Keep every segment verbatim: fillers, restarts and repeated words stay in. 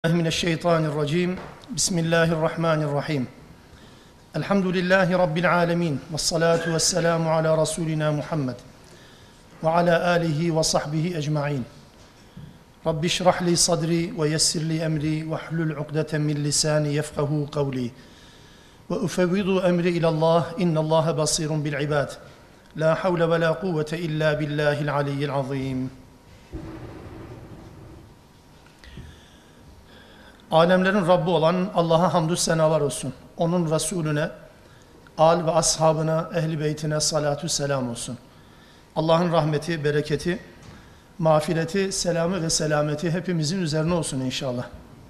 Mineşşeytanirracim. Bismillahirrahmanirrahim. Elhamdülillahi Rabbil alemin. Vessalatu vesselamu ala Resulina Muhammed. Ve ala alihi ve sahbihi ecma'in. Rabbi şrah li sadri ve yessir li emri ve hlul ukdeten min lisani yefkahu kavli. Ve ufevvidu emri ilallah. İnnallâhe basirun bil ibad. La havle ve la kuvvete illa billahil aliyyil azim. Alemlerin Rabbi olan Allah'a hamdü senalar olsun. Onun Resulüne, al ve ashabına, ehli beytine salatü selam olsun. Allah'ın rahmeti, bereketi, mağfireti, selamı ve selameti hepimizin üzerine olsun inşallah.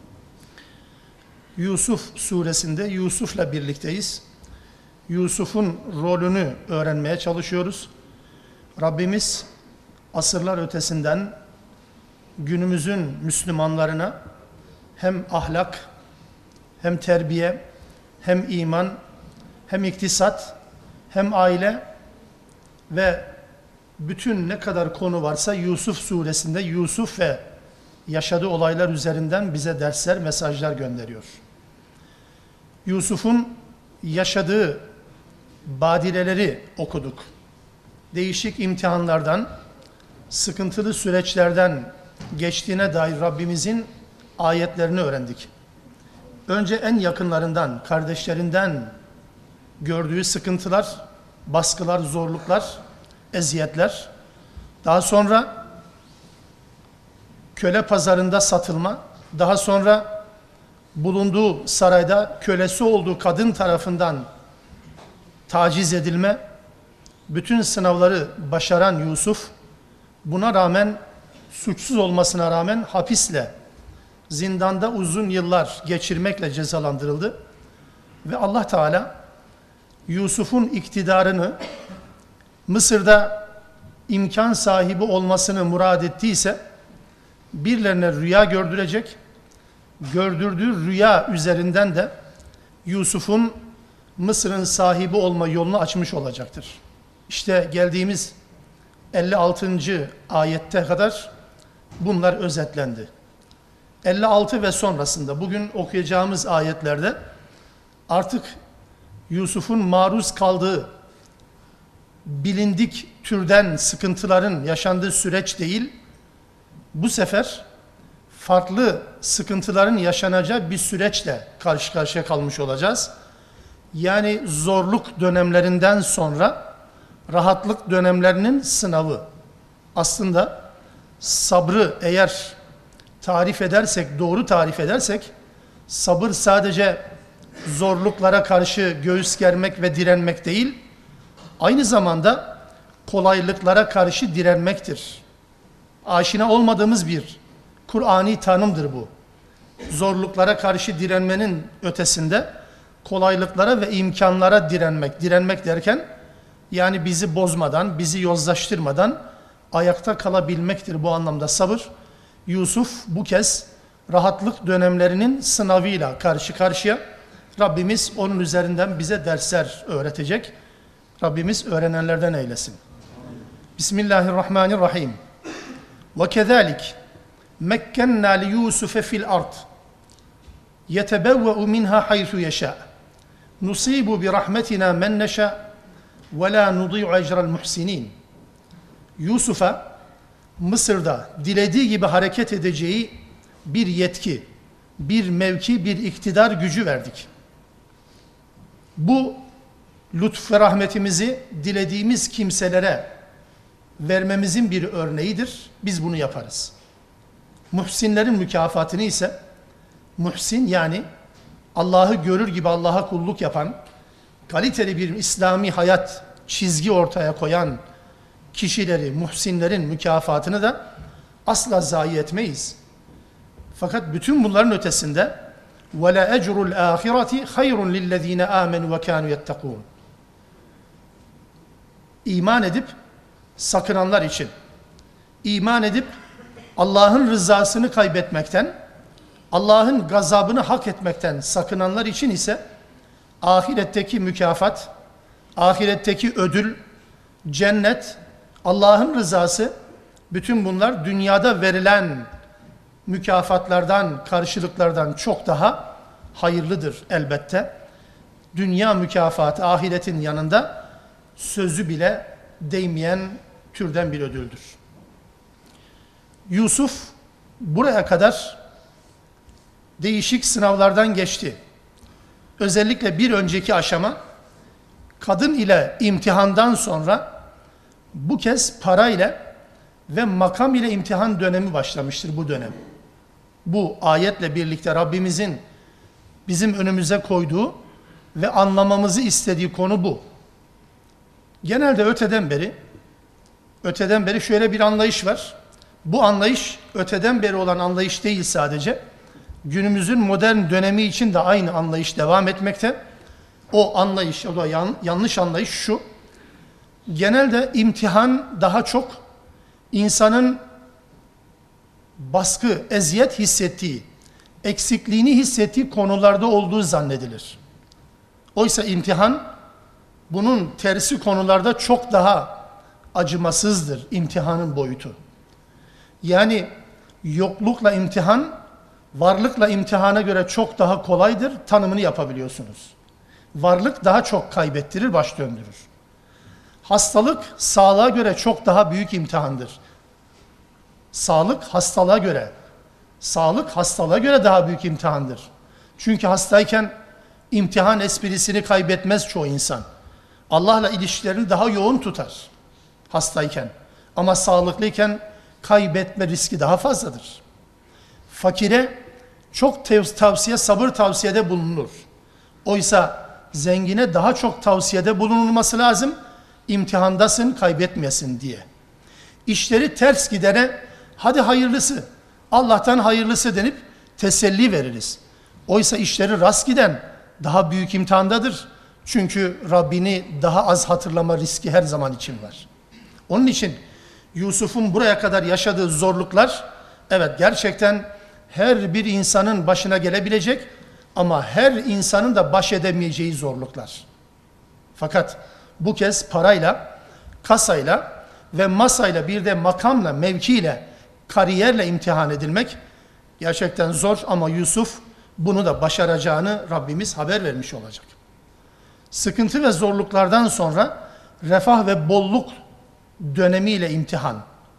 Yusuf suresinde Yusuf'la birlikteyiz. Yusuf'un rolünü öğrenmeye çalışıyoruz. Rabbimiz asırlar ötesinden günümüzün Müslümanlarına hem ahlak, hem terbiye, hem iman, hem iktisat, hem aile ve bütün ne kadar konu varsa Yusuf suresinde Yusuf ve yaşadığı olaylar üzerinden bize dersler, mesajlar gönderiyor. Yusuf'un yaşadığı badireleri okuduk. Değişik imtihanlardan, sıkıntılı süreçlerden geçtiğine dair Rabbimizin ayetlerini öğrendik. Önce en yakınlarından, kardeşlerinden gördüğü sıkıntılar, baskılar, zorluklar, eziyetler. Daha sonra köle pazarında satılma, daha sonra bulunduğu sarayda kölesi olduğu kadın tarafından taciz edilme, bütün sınavları başaran Yusuf, buna rağmen, suçsuz olmasına rağmen hapisle, zindanda uzun yıllar geçirmekle cezalandırıldı. Ve Allah Teala Yusuf'un iktidarını, Mısır'da imkan sahibi olmasını murad ettiyse, birilerine rüya gördürecek, gördürdüğü rüya üzerinden de Yusuf'un Mısır'ın sahibi olma yolunu açmış olacaktır. İşte geldiğimiz elli altıncı ayette kadar bunlar özetlendi. elli altı ve sonrasında bugün okuyacağımız ayetlerde artık Yusuf'un maruz kaldığı bilindik türden sıkıntıların yaşandığı süreç değil, bu sefer farklı sıkıntıların yaşanacağı bir süreçle karşı karşıya kalmış olacağız. Yani zorluk dönemlerinden sonra rahatlık dönemlerinin sınavı. Aslında sabrı eğer tarif edersek, doğru tarif edersek, sabır sadece zorluklara karşı göğüs germek ve direnmek değil, aynı zamanda kolaylıklara karşı direnmektir. Aşina olmadığımız bir Kur'ani tanımdır bu. Zorluklara karşı direnmenin ötesinde kolaylıklara ve imkanlara direnmek. Direnmek derken, yani bizi bozmadan, bizi yozlaştırmadan ayakta kalabilmektir bu anlamda sabır. Yusuf bu kez rahatlık dönemlerinin sınavıyla karşı karşıya. Rabbimiz onun üzerinden bize dersler öğretecek. Rabbimiz öğrenenlerden eylesin. Bismillahirrahmanirrahim. Ve kezalik mekkenna li Yusufe fil ard yetebevve'u minha haythu yeşâ nusibu bi rahmetina men neşâ ve la nudi'u ecrel muhsinin. Yusuf'a Mısır'da dilediği gibi hareket edeceği bir yetki, bir mevki, bir iktidar gücü verdik. Bu lütf ve rahmetimizi dilediğimiz kimselere vermemizin bir örneğidir. Biz bunu yaparız. Muhsinlerin mükafatını ise, muhsin yani Allah'ı görür gibi Allah'a kulluk yapan, kaliteli bir İslami hayat çizgi ortaya koyan kişileri, muhsinlerin mükafatını da asla zayi etmeyiz. Fakat bütün bunların ötesinde وَلَا اَجْرُ الْآخِرَةِ خَيْرٌ لِلَّذ۪ينَ آمَنُوا وَكَانُوا يَتَّقُونَ. İman edip sakınanlar için, iman edip Allah'ın rızasını kaybetmekten, Allah'ın gazabını hak etmekten sakınanlar için ise ahiretteki mükafat, ahiretteki ödül, cennet, Allah'ın rızası, bütün bunlar dünyada verilen mükafatlardan, karşılıklardan çok daha hayırlıdır elbette. Dünya mükafatı ahiretin yanında sözü bile değmeyen türden bir ödüldür. Yusuf buraya kadar değişik sınavlardan geçti. Özellikle bir önceki aşama kadın ile imtihandan sonra bu kez para ile ve makam ile imtihan dönemi başlamıştır bu dönem. Bu ayetle birlikte Rabbimizin bizim önümüze koyduğu ve anlamamızı istediği konu bu. Genelde öteden beri, öteden beri şöyle bir anlayış var. Bu anlayış öteden beri olan anlayış değil sadece. Günümüzün modern dönemi için de aynı anlayış devam etmekte. O anlayış, o da yan, yanlış anlayış şu. Genelde imtihan daha çok insanın baskı, eziyet hissettiği, eksikliğini hissettiği konularda olduğu zannedilir. Oysa imtihan bunun tersi konularda çok daha acımasızdır imtihanın boyutu. Yani yoklukla imtihan, varlıkla imtihana göre çok daha kolaydır, tanımını yapabiliyorsunuz. Varlık daha çok kaybettirir, baş döndürür. Hastalık sağlığa göre çok daha büyük imtihandır. Sağlık hastalığa göre, sağlık hastalığa göre daha büyük imtihandır. Çünkü hastayken imtihan esprisini kaybetmez çoğu insan. Allah'la ilişkilerini daha yoğun tutar hastayken. Ama sağlıklıyken kaybetme riski daha fazladır. Fakire çok tavsiye, sabır tavsiyede bulunur. Oysa zengine daha çok tavsiyede bulunulması lazım, imtihandasın, kaybetmesin diye. İşleri ters gidere, hadi hayırlısı, Allah'tan hayırlısı denip teselli veririz. Oysa işleri rast giden daha büyük imtihandadır. Çünkü Rabbini daha az hatırlama riski her zaman için var. Onun için Yusuf'un buraya kadar yaşadığı zorluklar, evet gerçekten her bir insanın başına gelebilecek ama her insanın da baş edemeyeceği zorluklar. Fakat bu kez parayla, kasayla ve masayla bir de makamla, mevkiyle, kariyerle imtihan edilmek gerçekten zor ama Yusuf bunu da başaracağını Rabbimiz haber vermiş olacak. Sıkıntı ve zorluklardan sonra refah ve bolluk dönemiyle imtihan.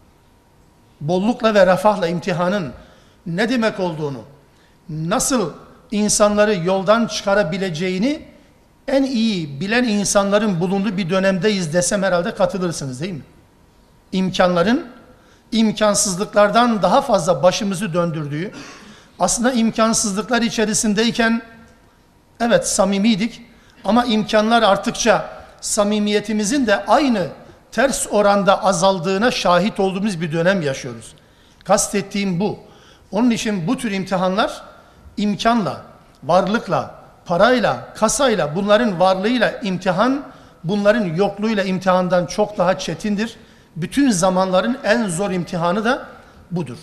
Bollukla ve refahla imtihanın ne demek olduğunu, nasıl insanları yoldan çıkarabileceğini en iyi bilen insanların bulunduğu bir dönemdeyiz desem herhalde katılırsınız değil mi? İmkanların imkansızlıklardan daha fazla başımızı döndürdüğü, aslında imkansızlıklar içerisindeyken evet samimiydik ama imkanlar arttıkça samimiyetimizin de aynı ters oranda azaldığına şahit olduğumuz bir dönem yaşıyoruz. Kastettiğim bu. Onun için bu tür imtihanlar imkanla, varlıkla, parayla, kasayla, bunların varlığıyla imtihan, bunların yokluğuyla imtihandan çok daha çetindir. Bütün zamanların en zor imtihanı da budur.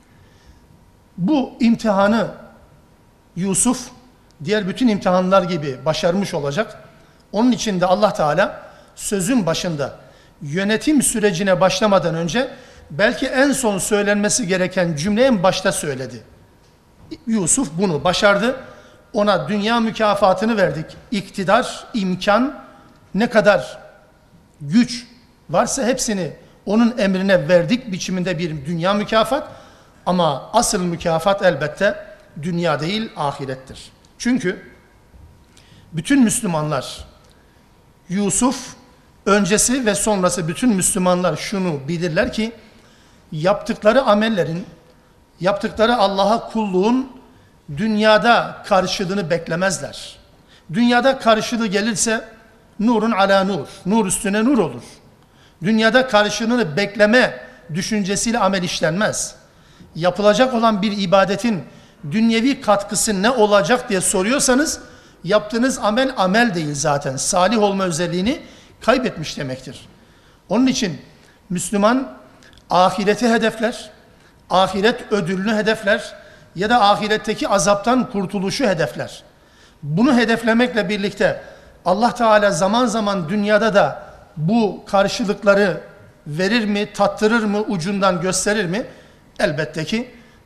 Bu imtihanı Yusuf diğer bütün imtihanlar gibi başarmış olacak. Onun için de Allah Teala sözün başında yönetim sürecine başlamadan önce belki en son söylenmesi gereken cümle en başta söyledi. Yusuf bunu başardı. Ona dünya mükafatını verdik. İktidar, imkan, ne kadar güç varsa hepsini onun emrine verdik biçiminde bir dünya mükafat. Ama asıl mükafat elbette dünya değil ahirettir. Çünkü bütün Müslümanlar, Yusuf öncesi ve sonrası bütün Müslümanlar şunu bilirler ki yaptıkları amellerin, yaptıkları Allah'a kulluğun dünyada karşılığını beklemezler. Dünyada karşılığı gelirse nurun ala nur, nur üstüne nur olur. Dünyada karşılığını bekleme düşüncesiyle amel işlenmez. Yapılacak olan bir ibadetin dünyevi katkısı ne olacak diye soruyorsanız yaptığınız amel amel değil zaten. Salih olma özelliğini kaybetmiş demektir. Onun için Müslüman ahireti hedefler, ahiret ödülünü hedefler ya da ahiretteki azaptan kurtuluşu hedefler. Bunu hedeflemekle birlikte Allah Teala zaman zaman dünyada da bu karşılıkları verir mi, tattırır mı, ucundan gösterir mi? Elbette ki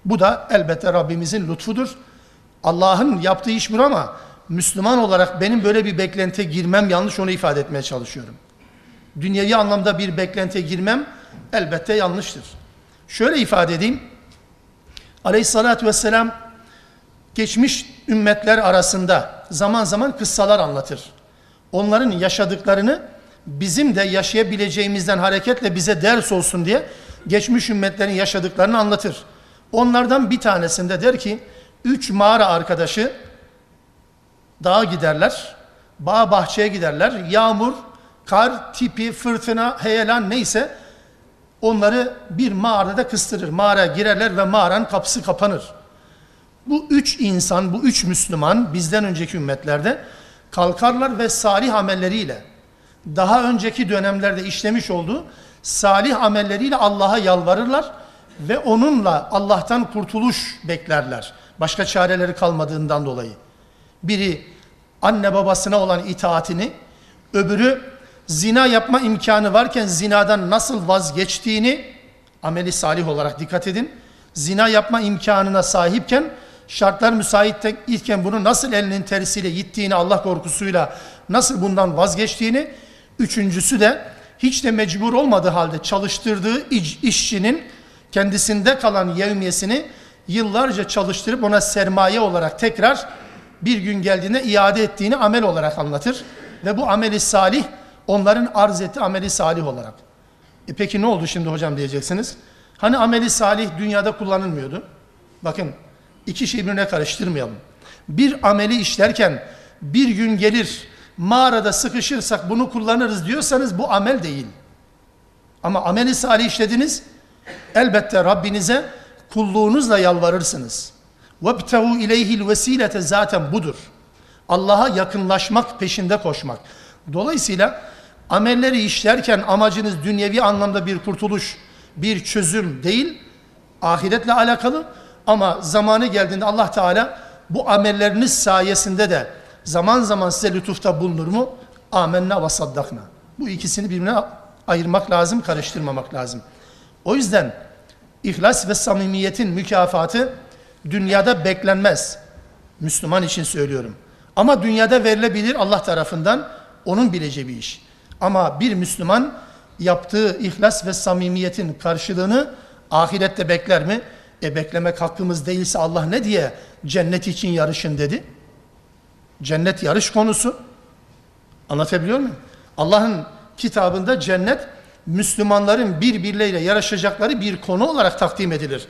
Bu da elbette Rabbimizin lütfudur. Allah'ın yaptığı iş bu ama Müslüman olarak benim böyle bir beklentiye girmem yanlış, onu ifade etmeye çalışıyorum. Dünyevi anlamda bir beklentiye girmem elbette yanlıştır. Şöyle ifade edeyim. Aleyhissalatü vesselam geçmiş ümmetler arasında zaman zaman kıssalar anlatır. Onların yaşadıklarını bizim de yaşayabileceğimizden hareketle bize ders olsun diye geçmiş ümmetlerin yaşadıklarını anlatır. Onlardan bir tanesinde der ki, üç mağara arkadaşı dağa giderler, bağ bahçeye giderler, yağmur, kar, tipi, fırtına, heyelan neyse onları bir mağarada kıstırır. Mağaraya girerler ve mağaranın kapısı kapanır. Bu üç insan, bu üç Müslüman bizden önceki ümmetlerde kalkarlar ve salih amelleriyle, daha önceki dönemlerde işlemiş olduğu salih amelleriyle Allah'a yalvarırlar ve onunla Allah'tan kurtuluş beklerler. Başka çareleri kalmadığından dolayı. Biri anne babasına olan itaatini, öbürü zina yapma imkanı varken zinadan nasıl vazgeçtiğini, ameli salih olarak dikkat edin. Zina yapma imkanına sahipken, şartlar müsait iken bunu nasıl elinin tersiyle yittiğini, Allah korkusuyla nasıl bundan vazgeçtiğini, üçüncüsü de hiç de mecbur olmadığı halde çalıştırdığı işçinin kendisinde kalan yevmiyesini yıllarca çalıştırıp ona sermaye olarak tekrar bir gün geldiğinde iade ettiğini amel olarak anlatır. Ve bu ameli salih onların arz ettiği ameli salih olarak. E peki ne oldu şimdi hocam diyeceksiniz. Hani ameli salih dünyada kullanılmıyordu? Bakın iki şeyi birbirine karıştırmayalım. Bir ameli işlerken bir gün gelir mağarada sıkışırsak bunu kullanırız diyorsanız bu amel değil. Ama ameli salih işlediniz, elbette Rabbinize kulluğunuzla yalvarırsınız. وَبْتَغُوا اِلَيْهِ الْوَس۪يلَةَ zaten budur. Allah'a yakınlaşmak, peşinde koşmak. Dolayısıyla amelleri işlerken amacınız dünyevi anlamda bir kurtuluş, bir çözüm değil, ahiretle alakalı. Ama zamanı geldiğinde Allah Teala bu amelleriniz sayesinde de zaman zaman size lütufta bulunur mu? Amenna ve saddakna. Bu ikisini birbirine ayırmak lazım, karıştırmamak lazım. O yüzden ihlas ve samimiyetin mükafatı dünyada beklenmez. Müslüman için söylüyorum. Ama dünyada verilebilir Allah tarafından, onun bileceği bir iş. Ama bir Müslüman yaptığı ihlas ve samimiyetin karşılığını ahirette bekler mi? E beklemek hakkımız değilse Allah ne diye cennet için yarışın dedi? Cennet yarış konusu. Anlatabiliyor muyum? Allah'ın kitabında cennet Müslümanların birbirleriyle yarışacakları bir konu olarak takdim edilir.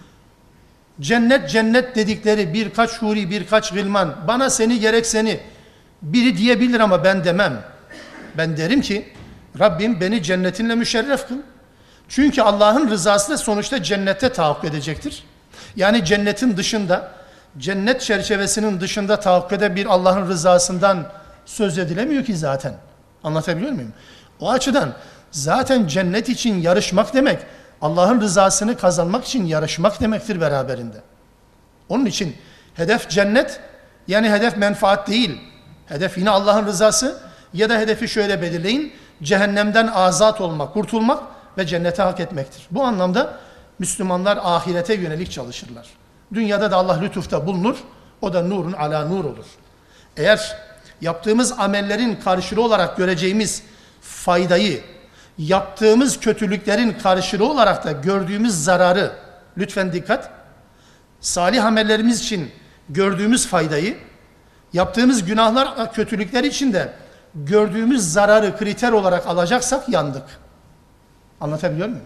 Cennet cennet dedikleri birkaç huri, birkaç gılman, bana seni gerek seni biri diyebilir ama ben demem. Ben derim ki Rabbim beni cennetinle müşerref kıl. Çünkü Allah'ın rızası da sonuçta cennette tahakkuk edecektir. Yani cennetin dışında, cennet çerçevesinin dışında tahakkuk eden bir Allah'ın rızasından söz edilemiyor ki zaten. Anlatabiliyor muyum? O açıdan zaten cennet için yarışmak demek, Allah'ın rızasını kazanmak için yarışmak demektir beraberinde. Onun için hedef cennet, yani hedef menfaat değil. Hedef yine Allah'ın rızası ya da hedefi şöyle belirleyin, cehennemden azat olmak, kurtulmak ve cennete hak etmektir. Bu anlamda Müslümanlar ahirete yönelik çalışırlar. Dünyada da Allah lütufta bulunur, o da nurun ala nur olur. Eğer yaptığımız amellerin karşılığı olarak göreceğimiz faydayı, yaptığımız kötülüklerin karşılığı olarak da gördüğümüz zararı, lütfen dikkat, salih amellerimiz için gördüğümüz faydayı, yaptığımız günahlar, kötülükler için de gördüğümüz zararı kriter olarak alacaksak yandık. Anlatabiliyor muyum?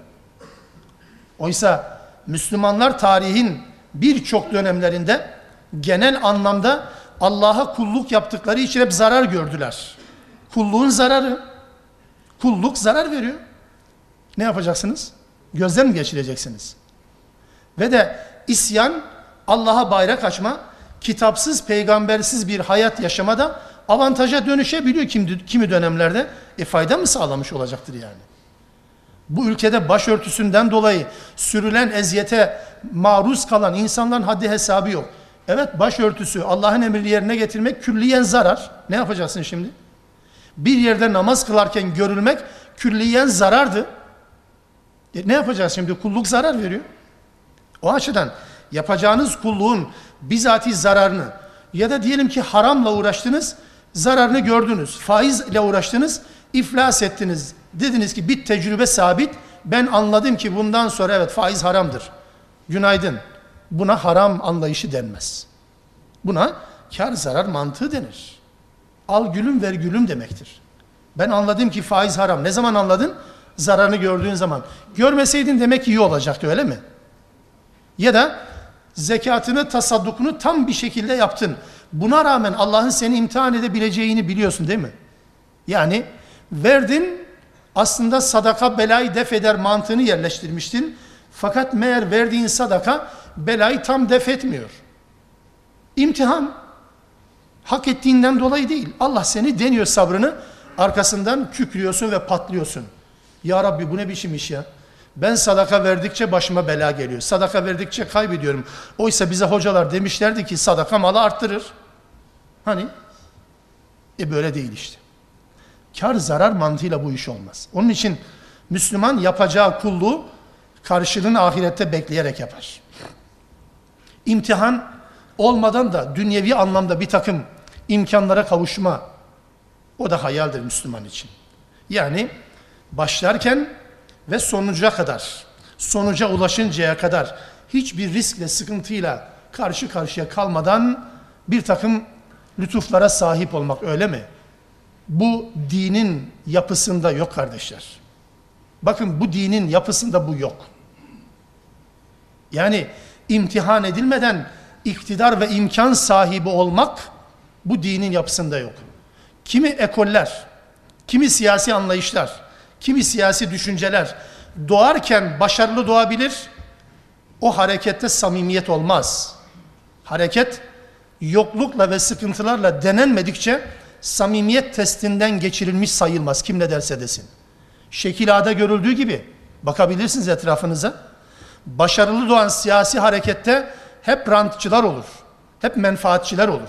Oysa Müslümanlar tarihin birçok dönemlerinde genel anlamda Allah'a kulluk yaptıkları için hep zarar gördüler. Kulluğun zararı. Kulluk zarar veriyor. Ne yapacaksınız? Gözden mi geçireceksiniz? Ve de isyan, Allah'a bayrak açma, kitapsız, peygambersiz bir hayat yaşamada avantaja dönüşebiliyor kimi, kimi dönemlerde. E fayda mı sağlamış olacaktır yani? Bu ülkede başörtüsünden dolayı sürülen eziyete maruz kalan insanların haddi hesabı yok. Evet, başörtüsü Allah'ın emrini yerine getirmek külliyen zarar. Ne yapacaksın şimdi? Bir yerde namaz kılarken görülmek külliyen zarardı. E ne yapacağız şimdi? Kulluk zarar veriyor. O açıdan yapacağınız kulluğun bizatihi zararını ya da diyelim ki haramla uğraştınız, zararını gördünüz. Faizle uğraştınız, iflas ettiniz. Dediniz ki bir tecrübe sabit, ben anladım ki bundan sonra evet faiz haramdır. Günaydın. Buna haram anlayışı denmez. Buna kar zarar mantığı denir. Al gülüm ver gülüm demektir. Ben anladım ki faiz haram. Ne zaman anladın? Zararını gördüğün zaman. Görmeseydin demek ki iyi olacaktı, öyle mi? Ya da zekatını, tasaddukunu tam bir şekilde yaptın. Buna rağmen Allah'ın seni imtihan edebileceğini biliyorsun değil mi? Yani verdin, aslında sadaka belayı def eder mantığını yerleştirmiştin. Fakat meğer verdiğin sadaka belayı tam def etmiyor. İmtihan hak ettiğinden dolayı değil. Allah seni deniyor sabrını. Arkasından kükrüyorsun ve patlıyorsun. Ya Rabbi bu ne biçim iş ya? Ben sadaka verdikçe başıma bela geliyor. Sadaka verdikçe kaybediyorum. Oysa bize hocalar demişlerdi ki sadaka malı arttırır. Hani? E böyle değil işte. Kar zarar mantığıyla bu iş olmaz. Onun için Müslüman yapacağı kulluğu karşılığını ahirette bekleyerek yapar. İmtihan olmadan da dünyevi anlamda bir takım imkanlara kavuşma, o da hayaldir Müslüman için. Yani başlarken ve sonuca kadar, sonuca ulaşıncaya kadar hiçbir riskle, sıkıntıyla karşı karşıya kalmadan bir takım lütuflara sahip olmak, öyle mi? Bu dinin yapısında yok kardeşler. Bakın bu dinin yapısında bu yok. Yani imtihan edilmeden iktidar ve imkan sahibi olmak bu dinin yapısında yok. Kimi ekoller, kimi siyasi anlayışlar, kimi siyasi düşünceler doğarken başarılı doğabilir, o harekette samimiyet olmaz. Hareket yoklukla ve sıkıntılarla denenmedikçe samimiyet testinden geçirilmiş sayılmaz, kim ne derse desin. Şekil A'da görüldüğü gibi bakabilirsiniz etrafınıza. Başarılı doğan siyasi harekette hep rantçılar olur, hep menfaatçiler olur.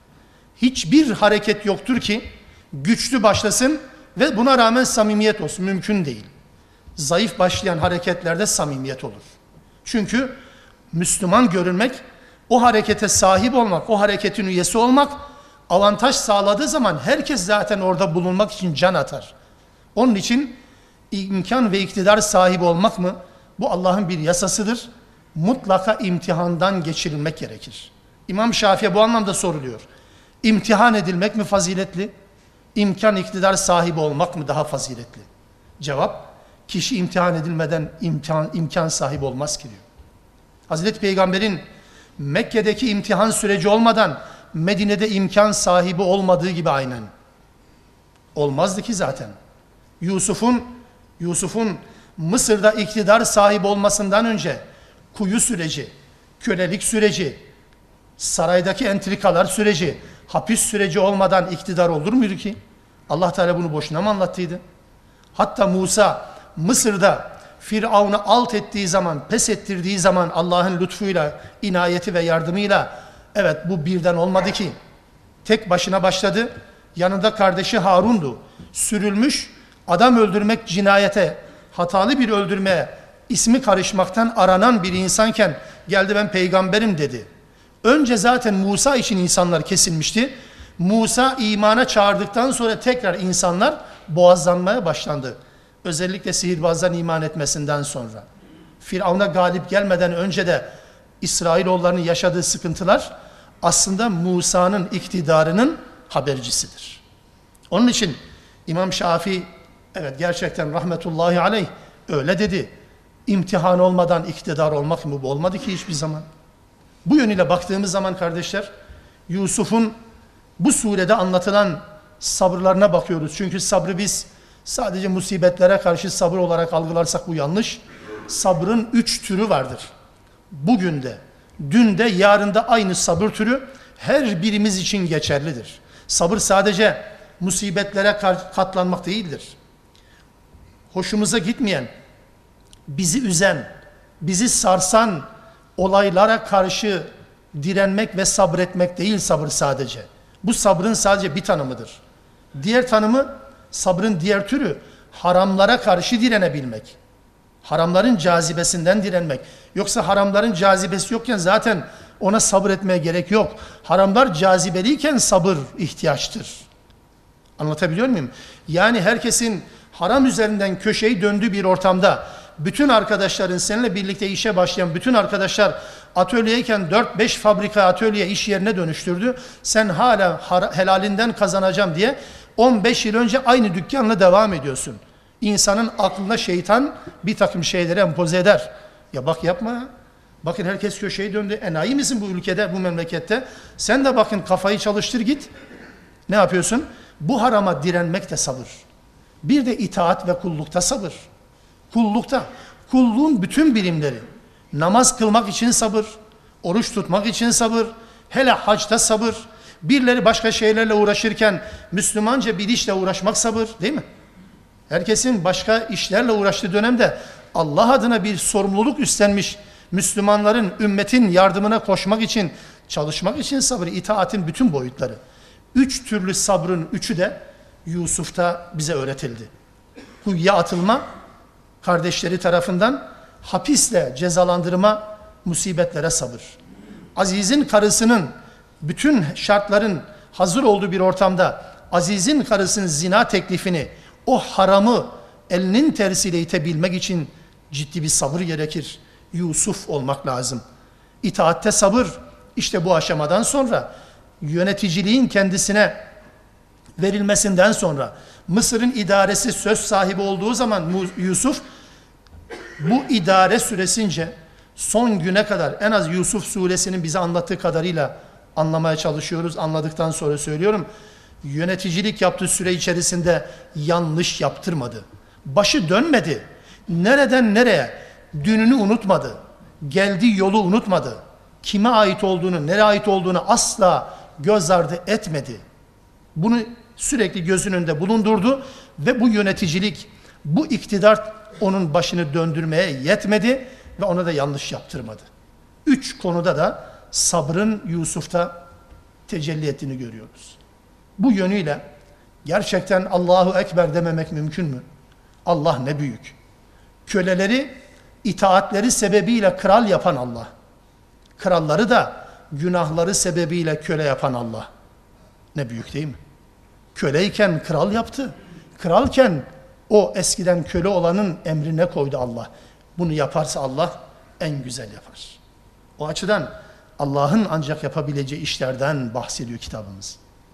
Hiçbir hareket yoktur ki güçlü başlasın ve buna rağmen samimiyet olsun, mümkün değil. Zayıf başlayan hareketlerde samimiyet olur. Çünkü Müslüman görünmek, o harekete sahip olmak, o hareketin üyesi olmak, avantaj sağladığı zaman herkes zaten orada bulunmak için can atar. Onun için imkan ve iktidar sahibi olmak mı? Bu Allah'ın bir yasasıdır. Mutlaka imtihandan geçirilmek gerekir. İmam Şafii'ye bu anlamda soruluyor. İmtihan edilmek mi faziletli? İmkan, iktidar sahibi olmak mı daha faziletli? Cevap, kişi imtihan edilmeden imkan, imkan sahibi olmaz ki diyor. Hazreti Peygamber'in Mekke'deki imtihan süreci olmadan Medine'de imkan sahibi olmadığı gibi aynen. Olmazdı ki zaten. Yusuf'un Yusuf'un Mısır'da iktidar sahibi olmasından önce kuyu süreci, kölelik süreci, saraydaki entrikalar süreci, hapis süreci olmadan iktidar olur muydu ki? Allah Teala bunu boşuna mı anlattıydı? Hatta Musa Mısır'da Firavun'u alt ettiği zaman, pes ettirdiği zaman Allah'ın lütfuyla, inayeti ve yardımıyla, evet bu birden olmadı ki. Tek başına başladı. Yanında kardeşi Harun'du. Sürülmüş, adam öldürmek cinayete, hatalı bir öldürmeye, ismi karışmaktan aranan bir insanken geldi ben peygamberim dedi. Önce zaten Musa için insanlar kesilmişti. Musa imana çağırdıktan sonra tekrar insanlar boğazlanmaya başlandı. Özellikle sihirbazdan iman etmesinden sonra. Firavun'a galip gelmeden önce de İsrailoğullarının yaşadığı sıkıntılar aslında Musa'nın iktidarının habercisidir. Onun için İmam Şafii, evet gerçekten rahmetullahi aleyh öyle dedi. İmtihan olmadan iktidar olmak mı? Bu olmadı ki hiçbir zaman. Bu yönüyle baktığımız zaman kardeşler, Yusuf'un bu surede anlatılan sabırlarına bakıyoruz. Çünkü sabrı biz sadece musibetlere karşı sabır olarak algılarsak bu yanlış. Sabrın üç türü vardır. Bugün de, dün de, yarın da aynı sabır türü her birimiz için geçerlidir. Sabır sadece musibetlere katlanmak değildir. Hoşumuza gitmeyen, bizi üzen, bizi sarsan olaylara karşı direnmek ve sabretmek değil sabır sadece. Bu sabrın sadece bir tanımıdır. Diğer tanımı, sabrın diğer türü haramlara karşı direnebilmek. Haramların cazibesinden direnmek. Yoksa haramların cazibesi yokken zaten ona sabır etmeye gerek yok. Haramlar cazibeliyken sabır ihtiyaçtır. Anlatabiliyor muyum? Yani herkesin haram üzerinden köşeyi döndüğü bir ortamda bütün arkadaşların seninle birlikte işe başlayan bütün arkadaşlar atölyeyken dört beş fabrika atölye iş yerine dönüştürdü. Sen hala helalinden kazanacağım diye on beş yıl önce aynı dükkanla devam ediyorsun. İnsanın aklına şeytan bir takım şeyleri empoze eder. Ya bak yapma ya. Bakın herkes köşeyi döndü. Enayi misin bu ülkede, bu memlekette? Sen de bakın kafayı çalıştır git. Ne yapıyorsun? Bu harama direnmek de sabır. Bir de itaat ve kullukta sabır. Kullukta. Kulluğun bütün birimleri. Namaz kılmak için sabır. Oruç tutmak için sabır. Hele hacda sabır. Birileri başka şeylerle uğraşırken Müslümanca bir işle uğraşmak sabır. Değil mi? Herkesin başka işlerle uğraştığı dönemde Allah adına bir sorumluluk üstlenmiş Müslümanların, ümmetin yardımına koşmak için, çalışmak için sabır, itaatin bütün boyutları. Üç türlü sabrın üçü de Yusuf'ta bize öğretildi. Kuyuya atılma, kardeşleri tarafından hapisle cezalandırma, musibetlere sabır. Aziz'in karısının bütün şartların hazır olduğu bir ortamda Aziz'in karısının zina teklifini, o haramı elinin tersiyle itebilmek için ciddi bir sabır gerekir. Yusuf olmak lazım. İtaatte sabır. İşte bu aşamadan sonra yöneticiliğin kendisine verilmesinden sonra Mısır'ın idaresi söz sahibi olduğu zaman Yusuf bu idare süresince son güne kadar en az Yusuf suresinin bize anlattığı kadarıyla anlamaya çalışıyoruz. Anladıktan sonra söylüyorum. Yöneticilik yaptığı süre içerisinde yanlış yaptırmadı. Başı dönmedi. Nereden nereye? Dününü unutmadı. Geldiği yolu unutmadı. Kime ait olduğunu, nereye ait olduğunu asla göz ardı etmedi. Bunu sürekli gözünün önünde bulundurdu ve bu yöneticilik, bu iktidar onun başını döndürmeye yetmedi ve ona da yanlış yaptırmadı. Üç konuda da sabrın Yusuf'ta tecelli ettiğini görüyoruz. Bu yönüyle gerçekten Allahu Ekber dememek mümkün mü? Allah ne büyük. Köleleri itaatleri sebebiyle kral yapan Allah. Kralları da günahları sebebiyle köle yapan Allah. Ne büyük değil mi? Köleyken kral yaptı. Kralken o eskiden köle olanın emrine koydu Allah. Bunu yaparsa Allah en güzel yapar. O açıdan Allah'ın ancak yapabileceği işlerden bahsediyor kitabımız.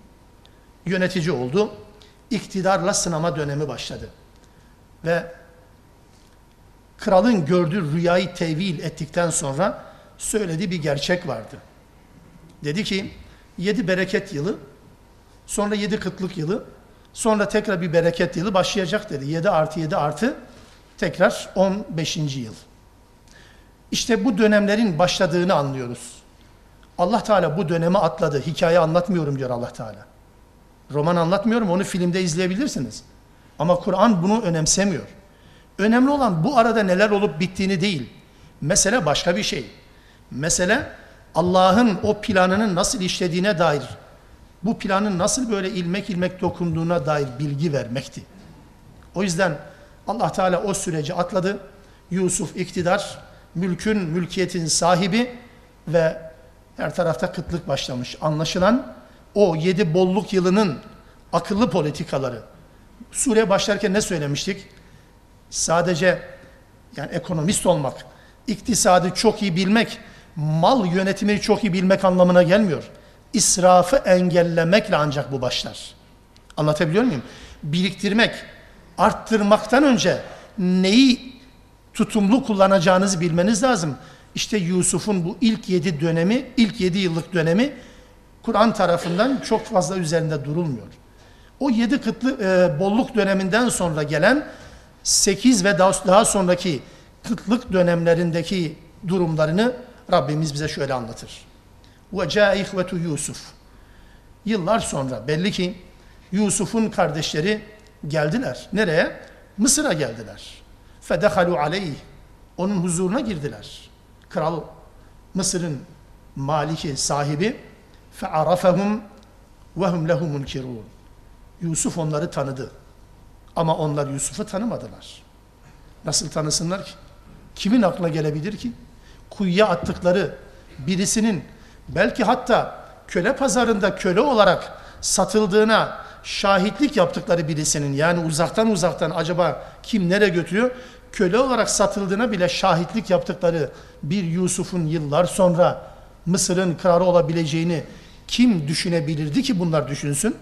Yönetici oldu. İktidarla sınama dönemi başladı. Ve kralın gördüğü rüyayı tevil ettikten sonra söylediği bir gerçek vardı. Dedi ki yedi bereket yılı, sonra yedi kıtlık yılı, sonra tekrar bir bereket yılı başlayacak dedi. Yedi artı yedi artı tekrar on beşinci yıl. İşte bu dönemlerin başladığını anlıyoruz. Allah Teala bu dönemi atladı. Hikaye anlatmıyorum diyor Allah Teala. Roman anlatmıyorum, onu filmde izleyebilirsiniz. Ama Kur'an bunu önemsemiyor. Önemli olan bu arada neler olup bittiğini değil. Mesele başka bir şey. Mesele Allah'ın o planının nasıl işlediğine dair, bu planın nasıl böyle ilmek ilmek dokunduğuna dair bilgi vermekti. O yüzden Allah Teala o süreci atladı. Yusuf iktidar, mülkün, mülkiyetin sahibi ve her tarafta kıtlık başlamış. Anlaşılan o yedi bolluk yılının akıllı politikaları. Sure başlarken ne söylemiştik? Sadece yani ekonomist olmak, iktisadı çok iyi bilmek, mal yönetimini çok iyi bilmek anlamına gelmiyor. İsrafı engellemekle ancak bu başlar. Anlatabiliyor muyum? Biriktirmek, arttırmaktan önce neyi tutumlu kullanacağınızı bilmeniz lazım. İşte Yusuf'un bu ilk yedi dönemi, ilk yedi yıllık dönemi Kur'an tarafından çok fazla üzerinde durulmuyor. O yedi kıtlı e, bolluk döneminden sonra gelen sekiz ve daha, daha sonraki kıtlık dönemlerindeki durumlarını Rabbimiz bize şöyle anlatır. وَجَاءَ اِخْوَةُ Yusuf. Yıllar sonra belli ki Yusuf'un kardeşleri geldiler. Nereye? Mısır'a geldiler. فَدَخَلُوا عَلَيْهِ. Onun huzuruna girdiler. Kral Mısır'ın maliki, sahibi فَعَرَفَهُمْ وَهُمْ لَهُ مُنْكِرُونَ. Yusuf onları tanıdı. Ama onlar Yusuf'u tanımadılar. Nasıl tanısınlar ki? Kimin aklına gelebilir ki? Kuyuya attıkları birisinin belki hatta köle pazarında köle olarak satıldığına şahitlik yaptıkları birisinin, yani uzaktan uzaktan acaba kim nereye götürüyor? Köle olarak satıldığına bile şahitlik yaptıkları bir Yusuf'un yıllar sonra Mısır'ın kralı olabileceğini kim düşünebilirdi ki bunlar düşünsün?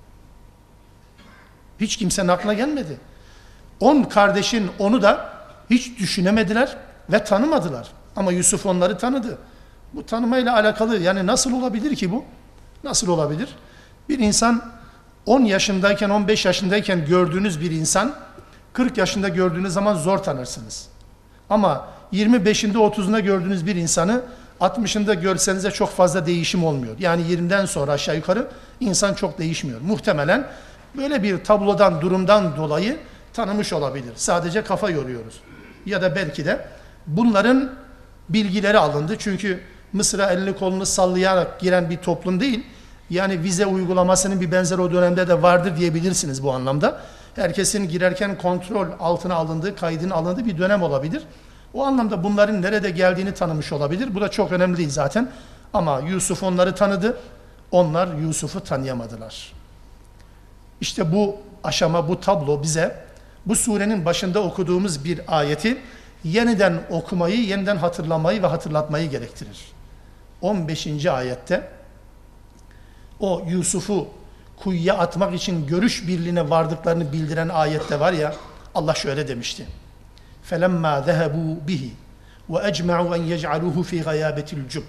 Hiç kimsenin aklına gelmedi. On kardeşin onu da hiç düşünemediler ve tanımadılar. Ama Yusuf onları tanıdı. Bu tanımayla alakalı, yani nasıl olabilir ki bu? Nasıl olabilir? Bir insan on yaşındayken, on beş yaşındayken gördüğünüz bir insan, kırk yaşında gördüğünüz zaman zor tanırsınız. Ama yirmi beşinde otuzunda gördüğünüz bir insanı altmışında görsenize çok fazla değişim olmuyor. Yani yirmiden sonra aşağı yukarı insan çok değişmiyor. Muhtemelen böyle bir tablodan, durumdan dolayı tanımış olabilir. Sadece kafa yoruyoruz. Ya da belki de bunların bilgileri alındı. Çünkü Mısır'a elini kolunu sallayarak giren bir toplum değil. Yani vize uygulamasının bir benzeri o dönemde de vardır diyebilirsiniz bu anlamda. Herkesin girerken kontrol altına alındığı, kaydın alındığı bir dönem olabilir. O anlamda bunların nerede geldiğini tanımış olabilir. Bu da çok önemli değil zaten. Ama Yusuf onları tanıdı. Onlar Yusuf'u tanıyamadılar. İşte bu aşama, bu tablo bize bu surenin başında okuduğumuz bir ayeti yeniden okumayı, yeniden hatırlamayı ve hatırlatmayı gerektirir. on beşinci ayette o Yusuf'u kuyuya atmak için görüş birliğine vardıklarını bildiren ayette var ya, Allah şöyle demişti. فَلَمَّا ذَهَبُوا بِهِ وَاَجْمَعُوا اَنْ يَجْعَلُوهُ ف۪ي غَيَابَةِ الْجُبِّ.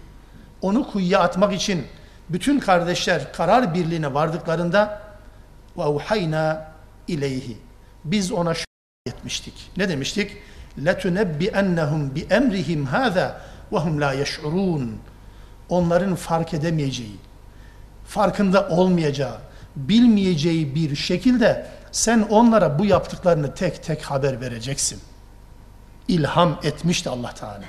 Onu kuyuya atmak için bütün kardeşler karar birliğine vardıklarında وَاُوْحَيْنَا اِلَيْهِ. Biz ona şöyle etmiştik. Ne demiştik? لَتُنَبِّئَنَّهُمْ بِاَمْرِهِمْ هَذَا وَهُمْ لَا يَشْعُرُونَ. Onların fark edemeyeceği, farkında olmayacağı, bilmeyeceği bir şekilde sen onlara bu yaptıklarını tek tek haber vereceksin. İlham etmişti Allah Teala.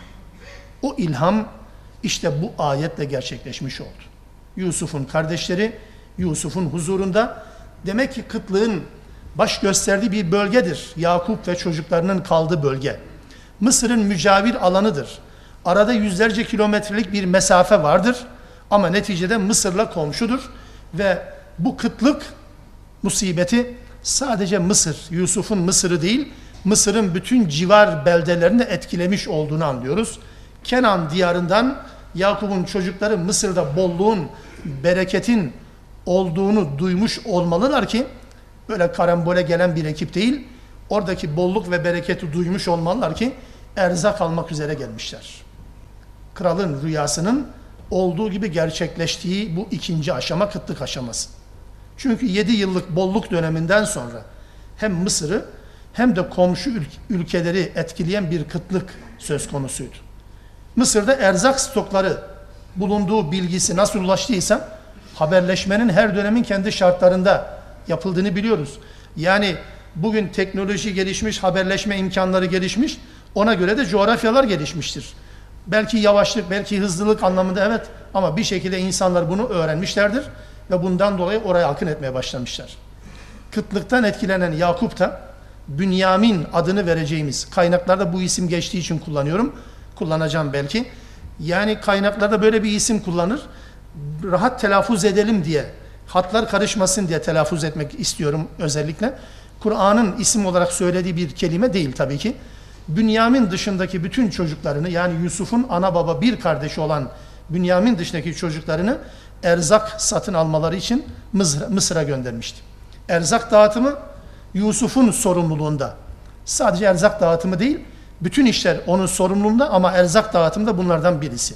O ilham işte bu ayetle gerçekleşmiş oldu. Yusuf'un kardeşleri Yusuf'un huzurunda, demek ki kıtlığın baş gösterdiği bir bölgedir. Yakup ve çocuklarının kaldığı bölge. Mısır'ın mücavir alanıdır. Arada yüzlerce kilometrelik bir mesafe vardır. Ama neticede Mısır'la komşudur. Ve bu kıtlık musibeti sadece Mısır, Yusuf'un Mısır'ı değil, Mısır'ın bütün civar beldelerini etkilemiş olduğunu anlıyoruz. Kenan diyarından Yakup'un çocukları Mısır'da bolluğun, bereketin olduğunu duymuş olmalılar ki, böyle karambole gelen bir ekip değil, oradaki bolluk ve bereketi duymuş olmalılar ki erzak almak üzere gelmişler. Kralın rüyasının olduğu gibi gerçekleştiği bu ikinci aşama kıtlık aşaması. Çünkü yedi yıllık bolluk döneminden sonra hem Mısır'ı hem de komşu ülkeleri etkileyen bir kıtlık söz konusuydu. Mısır'da erzak stokları bulunduğu bilgisi nasıl ulaştıysa haberleşmenin her dönemin kendi şartlarında yapıldığını biliyoruz. Yani bugün teknoloji gelişmiş, haberleşme imkanları gelişmiş, ona göre de coğrafyalar gelişmiştir. Belki yavaşlık, belki hızlılık anlamında evet, ama bir şekilde insanlar bunu öğrenmişlerdir ve bundan dolayı oraya akın etmeye başlamışlar. Kıtlıktan etkilenen Yakup da Bünyamin adını vereceğimiz, kaynaklarda bu isim geçtiği için kullanıyorum, kullanacağım belki. Yani kaynaklarda böyle bir isim kullanır, rahat telaffuz edelim diye, hatlar karışmasın diye telaffuz etmek istiyorum özellikle. Kur'an'ın isim olarak söylediği bir kelime değil tabii ki. Bünyamin dışındaki bütün çocuklarını, yani Yusuf'un ana baba bir kardeşi olan Bünyamin dışındaki çocuklarını erzak satın almaları için Mısır'a göndermişti. Erzak dağıtımı Yusuf'un sorumluluğunda. Sadece erzak dağıtımı değil, bütün işler onun sorumluluğunda ama erzak dağıtımı da bunlardan birisi.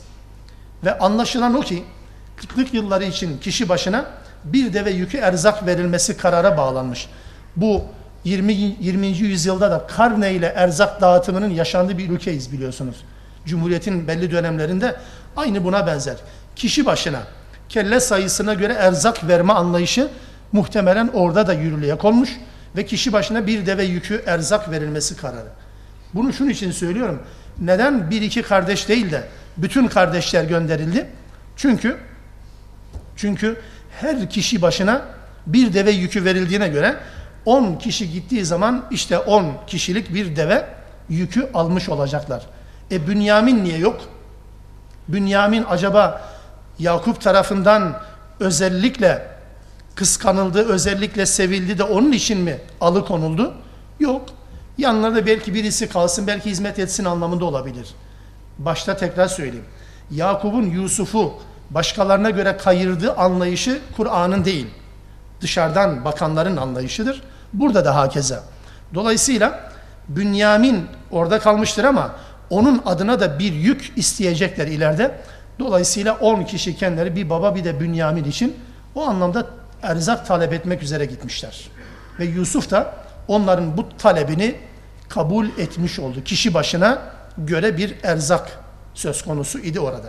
Ve anlaşılan o ki kıtlık yılları için kişi başına bir deve yükü erzak verilmesi karara bağlanmış. Bu yirminci yüzyılda da karne ile erzak dağıtımının yaşandığı bir ülkeyiz biliyorsunuz. Cumhuriyetin belli dönemlerinde aynı buna benzer. Kişi başına kelle sayısına göre erzak verme anlayışı muhtemelen orada da yürürlüğe konmuş ve kişi başına bir deve yükü erzak verilmesi kararı. Bunu şunun için söylüyorum. Neden bir iki kardeş değil de bütün kardeşler gönderildi? Çünkü çünkü her kişi başına bir deve yükü verildiğine göre on kişi gittiği zaman işte on kişilik bir deve yükü almış olacaklar. E Bünyamin niye yok? Bünyamin acaba Yakup tarafından özellikle kıskanıldı, özellikle sevildi de onun için mi alıkonuldu? Yok. Yanlarında belki birisi kalsın, belki hizmet etsin anlamında olabilir. Başta tekrar söyleyeyim. Yakup'un Yusuf'u başkalarına göre kayırdığı anlayışı Kur'an'ın değil, dışarıdan bakanların anlayışıdır. Burada da hakeza. Dolayısıyla Bünyamin orada kalmıştır ama onun adına da bir yük isteyecekler ileride. Dolayısıyla on kişi kendileri, bir baba bir de Bünyamin için o anlamda erzak talep etmek üzere gitmişler. Ve Yusuf da onların bu talebini kabul etmiş oldu. Kişi başına göre bir erzak söz konusu idi orada.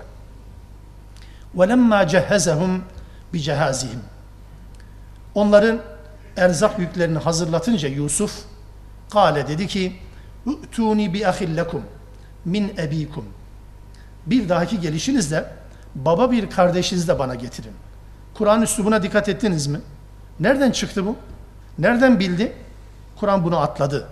وَلَمَّا جَهَّزَهُمْ بِجَهَازِهِمْ Onların erzak yüklerini hazırlatınca Yusuf, Kale dedi ki, اُؤْتُونِ بِأَخِلْ لَكُمْ min ebikum. Bir dahaki gelişinizde baba bir kardeşinizi de bana getirin. Kur'an üslubuna dikkat ettiniz mi? Nereden çıktı bu? Nereden bildi? Kur'an bunu atladı.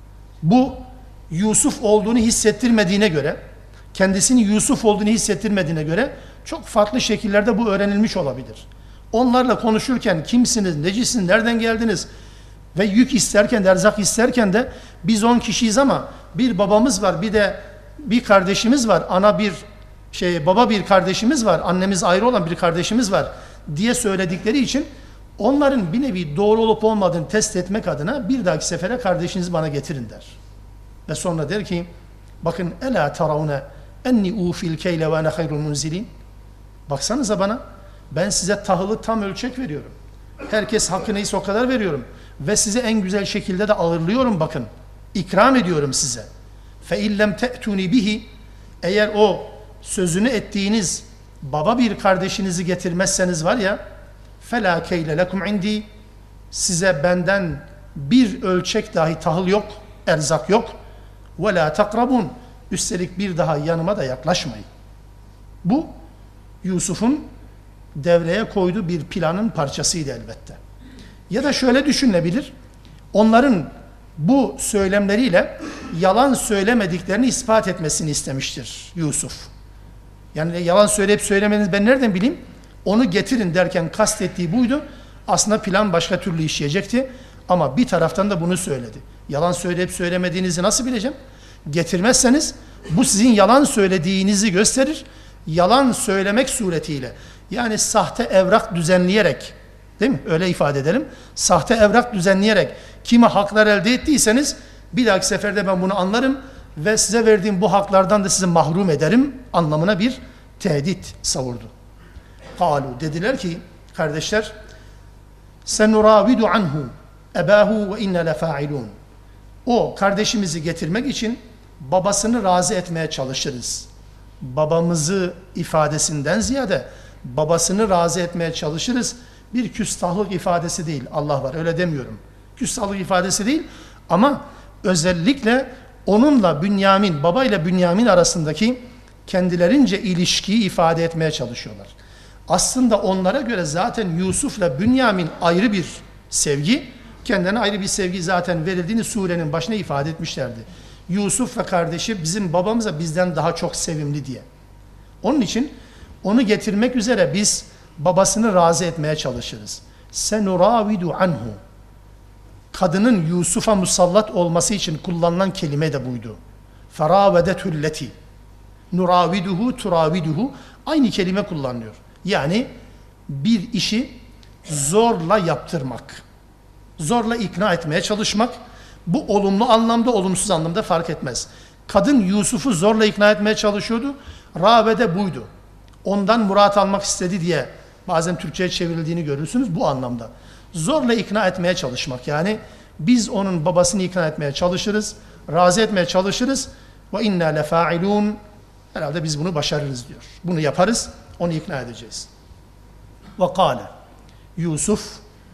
Bu Yusuf olduğunu hissettirmediğine göre, kendisini Yusuf olduğunu hissettirmediğine göre çok farklı şekillerde bu öğrenilmiş olabilir. Onlarla konuşurken kimsiniz, necisiniz, nereden geldiniz ve yük isterken, erzak isterken de biz on kişiyiz ama bir babamız var, bir de bir kardeşimiz var, ana bir şey, baba bir kardeşimiz var, annemiz ayrı olan bir kardeşimiz var diye söyledikleri için onların bir nevi doğru olup olmadığını test etmek adına bir dahaki sefere kardeşinizi bana getirin der. Ve sonra der ki, bakın ela taravne enni ufil keyle ve ene hayrul munzilin. Baksanıza bana, ben size tahılı tam ölçek veriyorum. Herkes hakkı neyse o kadar veriyorum. Ve size en güzel şekilde de ağırlıyorum bakın. İkram ediyorum size. Fe illem te'tuni bihi, eğer o sözünü ettiğiniz baba bir kardeşinizi getirmezseniz var ya, fela keyle lekum indi, size benden bir ölçek dahi tahıl yok, erzak yok. Ve la takrabun, üstelik bir daha yanıma da yaklaşmayın. Bu Yusuf'un devreye koyduğu bir planın parçasıydı elbette. Ya da şöyle düşünülebilir, onların bu söylemleriyle yalan söylemediklerini ispat etmesini istemiştir Yusuf. Yani yalan söyleyip söylemenizi ben nereden bileyim? Onu getirin derken kastettiği buydu. Aslında plan başka türlü işleyecekti. Ama bir taraftan da bunu söyledi. Yalan söyleyip söylemediğinizi nasıl bileceğim? Getirmezseniz bu sizin yalan söylediğinizi gösterir. Yalan söylemek suretiyle, yani sahte evrak düzenleyerek, değil mi? Öyle ifade edelim. Sahte evrak düzenleyerek kime haklar elde ettiyseniz bir dahaki seferde ben bunu anlarım ve size verdiğim bu haklardan da sizi mahrum ederim anlamına bir tehdit savurdu. Kalu, dediler ki kardeşler, senuravidu anhu ebahu ve inne lefa'ilun. O kardeşimizi getirmek için babasını razı etmeye çalışırız. Babamızı ifadesinden ziyade babasını razı etmeye çalışırız. Bir küstahlık ifadesi değil. Allah var, öyle demiyorum. Küstahlık ifadesi değil ama özellikle onunla Bünyamin, babayla Bünyamin arasındaki kendilerince ilişkiyi ifade etmeye çalışıyorlar. Aslında onlara göre zaten Yusuf'la Bünyamin ayrı bir sevgi, kendilerine ayrı bir sevgi zaten verildiğini surenin başına ifade etmişlerdi. Yusuf ve kardeşi bizim babamıza bizden daha çok sevimli diye. Onun için onu getirmek üzere biz babasını razı etmeye çalışırız. Senuravidu anhu. Kadının Yusuf'a musallat olması için kullanılan kelime de buydu. Feravedetülleti. Nuraviduhu, turaviduhu. Aynı kelime kullanılıyor. Yani bir işi zorla yaptırmak. Zorla ikna etmeye çalışmak. Bu olumlu anlamda, olumsuz anlamda fark etmez. Kadın Yusuf'u zorla ikna etmeye çalışıyordu. Ravede buydu. Ondan murat almak istedi diye bazen Türkçe'ye çevrildiğini görürsünüz bu anlamda. Zorla ikna etmeye çalışmak, yani biz onun babasını ikna etmeye çalışırız, razı etmeye çalışırız. Ve inna lefa'ilun, herhalde biz bunu başarırız diyor. Bunu yaparız, onu ikna edeceğiz. Ve kâle, Yusuf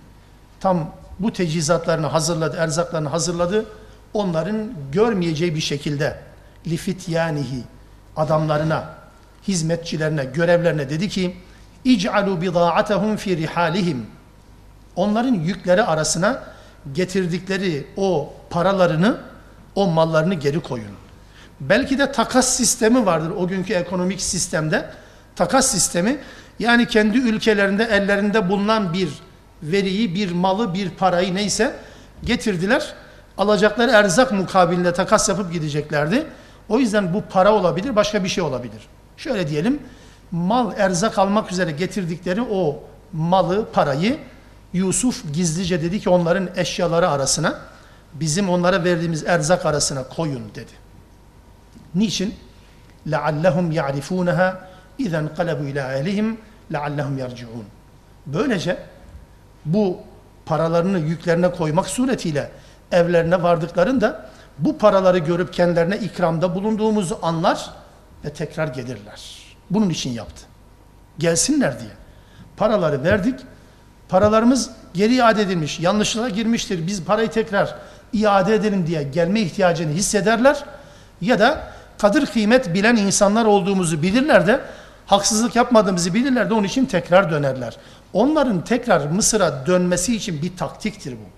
tam bu tecihizatlarını hazırladı, erzaklarını hazırladı. Onların görmeyeceği bir şekilde lifityanihi, adamlarına, hizmetçilerine, görevlerine dedi ki İc'alû bidâ'atehum fî rihâlihim. Onların yükleri arasına getirdikleri o paralarını, o mallarını geri koyun. Belki de takas sistemi vardır o günkü ekonomik sistemde. Takas sistemi, yani kendi ülkelerinde ellerinde bulunan bir veriyi, bir malı, bir parayı neyse getirdiler. Alacakları erzak mukabilinde takas yapıp gideceklerdi. O yüzden bu para olabilir, başka bir şey olabilir. Şöyle diyelim, mal, erzak almak üzere getirdikleri o malı, parayı Yusuf gizlice dedi ki onların eşyaları arasına, bizim onlara verdiğimiz erzak arasına koyun dedi. Niçin? لَعَلَّهُمْ يَعْرِفُونَهَا اِذَنْ قَلَبُوا اِلَى اَهْلِهِمْ لَعَلَّهُمْ يَرْجِعُونَ. Böylece bu paralarını yüklerine koymak suretiyle evlerine vardıklarında bu paraları görüp kendilerine ikramda bulunduğumuzu anlar ve tekrar gelirler. Bunun için yaptı. Gelsinler diye. Paraları verdik. Paralarımız geri iade edilmiş, yanlışlığa girmiştir. Biz parayı tekrar iade edelim diye gelme ihtiyacını hissederler. Ya da kadir kıymet bilen insanlar olduğumuzu bilirler de haksızlık yapmadığımızı bilirler de onun için tekrar dönerler. Onların tekrar Mısır'a dönmesi için bir taktiktir bu.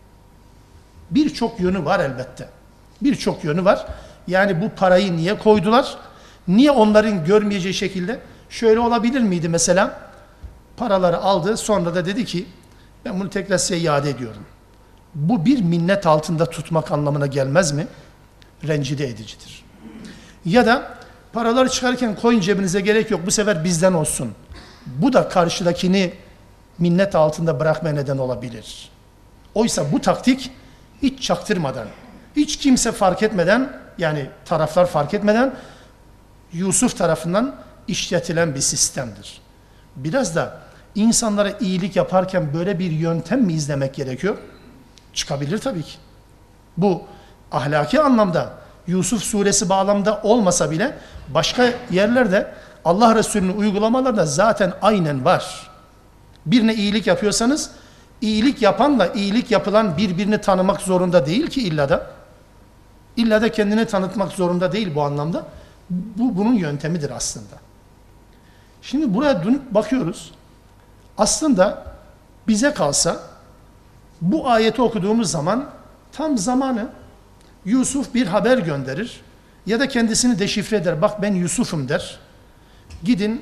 Birçok yönü var elbette. Birçok yönü var. Yani bu parayı niye koydular? Niye onların görmeyeceği şekilde? Şöyle olabilir miydi mesela? Paraları aldı, sonra da dedi ki ben bunu tekrar size iade ediyorum. Bu bir minnet altında tutmak anlamına gelmez mi? Rencide edicidir. Ya da paraları çıkarken koyun cebinize, gerek yok, bu sefer bizden olsun. Bu da karşıdakini minnet altında bırakmaya neden olabilir. Oysa bu taktik hiç çaktırmadan, hiç kimse fark etmeden, yani taraflar fark etmeden Yusuf tarafından işletilen bir sistemdir. Biraz da insanlara iyilik yaparken böyle bir yöntem mi izlemek gerekiyor? Çıkabilir tabii ki. Bu ahlaki anlamda Yusuf suresi bağlamda olmasa bile başka yerlerde Allah Resulü'nün uygulamalarında zaten aynen var. Birine iyilik yapıyorsanız iyilik yapanla iyilik yapılan birbirini tanımak zorunda değil ki illa da. İlla da kendini tanıtmak zorunda değil bu anlamda. Bu bunun yöntemidir aslında. Şimdi buraya dönüp bakıyoruz. Aslında bize kalsa bu ayeti okuduğumuz zaman tam zamanı, Yusuf bir haber gönderir ya da kendisini deşifre eder. Bak ben Yusuf'um der. Gidin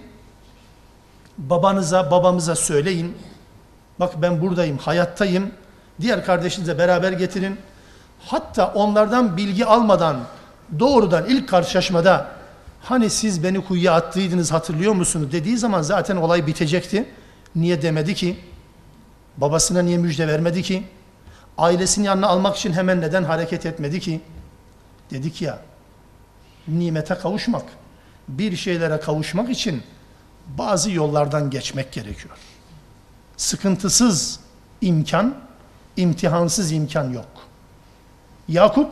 babanıza, babamıza söyleyin. Bak ben buradayım, hayattayım. Diğer kardeşinize beraber getirin. Hatta onlardan bilgi almadan doğrudan ilk karşılaşmada hani siz beni kuyuya attıydınız hatırlıyor musunuz dediği zaman zaten olay bitecekti. Niye demedi ki? Babasına niye müjde vermedi ki? Ailesini yanına almak için hemen neden hareket etmedi ki? Dedik ya, nimete kavuşmak, bir şeylere kavuşmak için bazı yollardan geçmek gerekiyor. Sıkıntısız imkan, imtihansız imkan yok. Yakup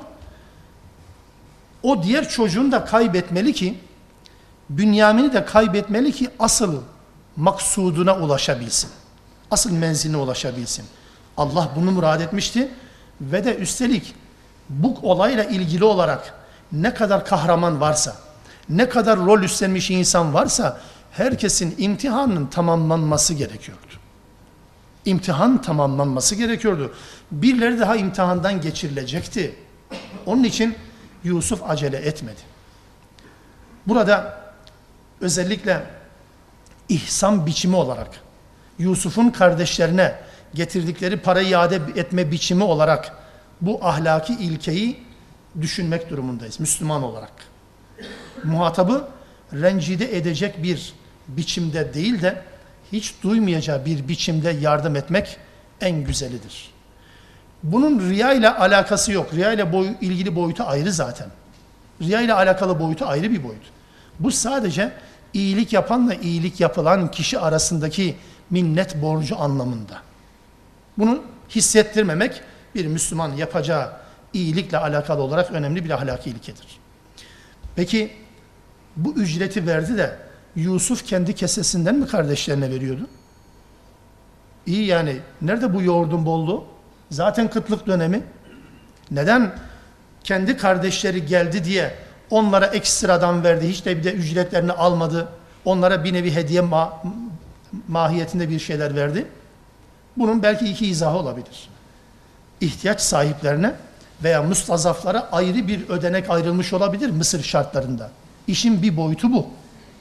o diğer çocuğunu da kaybetmeli ki, Bünyamin'i de kaybetmeli ki asıl maksuduna ulaşabilsin. Asıl menziline ulaşabilsin. Allah bunu murad etmişti ve de üstelik bu olayla ilgili olarak ne kadar kahraman varsa, ne kadar rol üstlenmiş insan varsa herkesin imtihanının tamamlanması gerekiyordu. İmtihan tamamlanması gerekiyordu. Birileri daha imtihandan geçirilecekti. Onun için Yusuf acele etmedi. Burada özellikle ihsan biçimi olarak Yusuf'un kardeşlerine getirdikleri parayı iade etme biçimi olarak bu ahlaki ilkeyi düşünmek durumundayız Müslüman olarak. Muhatabı rencide edecek bir biçimde değil de hiç duymayacağı bir biçimde yardım etmek en güzelidir. Bunun riya ile alakası yok. Riya ile boy, ilgili boyutu ayrı zaten. Riya ile alakalı boyutu ayrı bir boyut. Bu sadece iyilik yapanla iyilik yapılan kişi arasındaki minnet borcu anlamında. Bunu hissettirmemek bir Müslüman yapacağı iyilikle alakalı olarak önemli bir ahlaki ilkedir. Peki bu ücreti verdi de Yusuf kendi kesesinden mi kardeşlerine veriyordu? İyi yani nerede bu yoğurdun bolluğu? Zaten kıtlık dönemi. Neden kendi kardeşleri geldi diye onlara ekstradan verdi, hiç de bir de ücretlerini almadı, onlara bir nevi hediye ma mahiyetinde bir şeyler verdi? Bunun belki iki izahı olabilir. ihtiyaç sahiplerine veya mustazaflara ayrı bir ödenek ayrılmış olabilir Mısır şartlarında. İşin bir boyutu bu.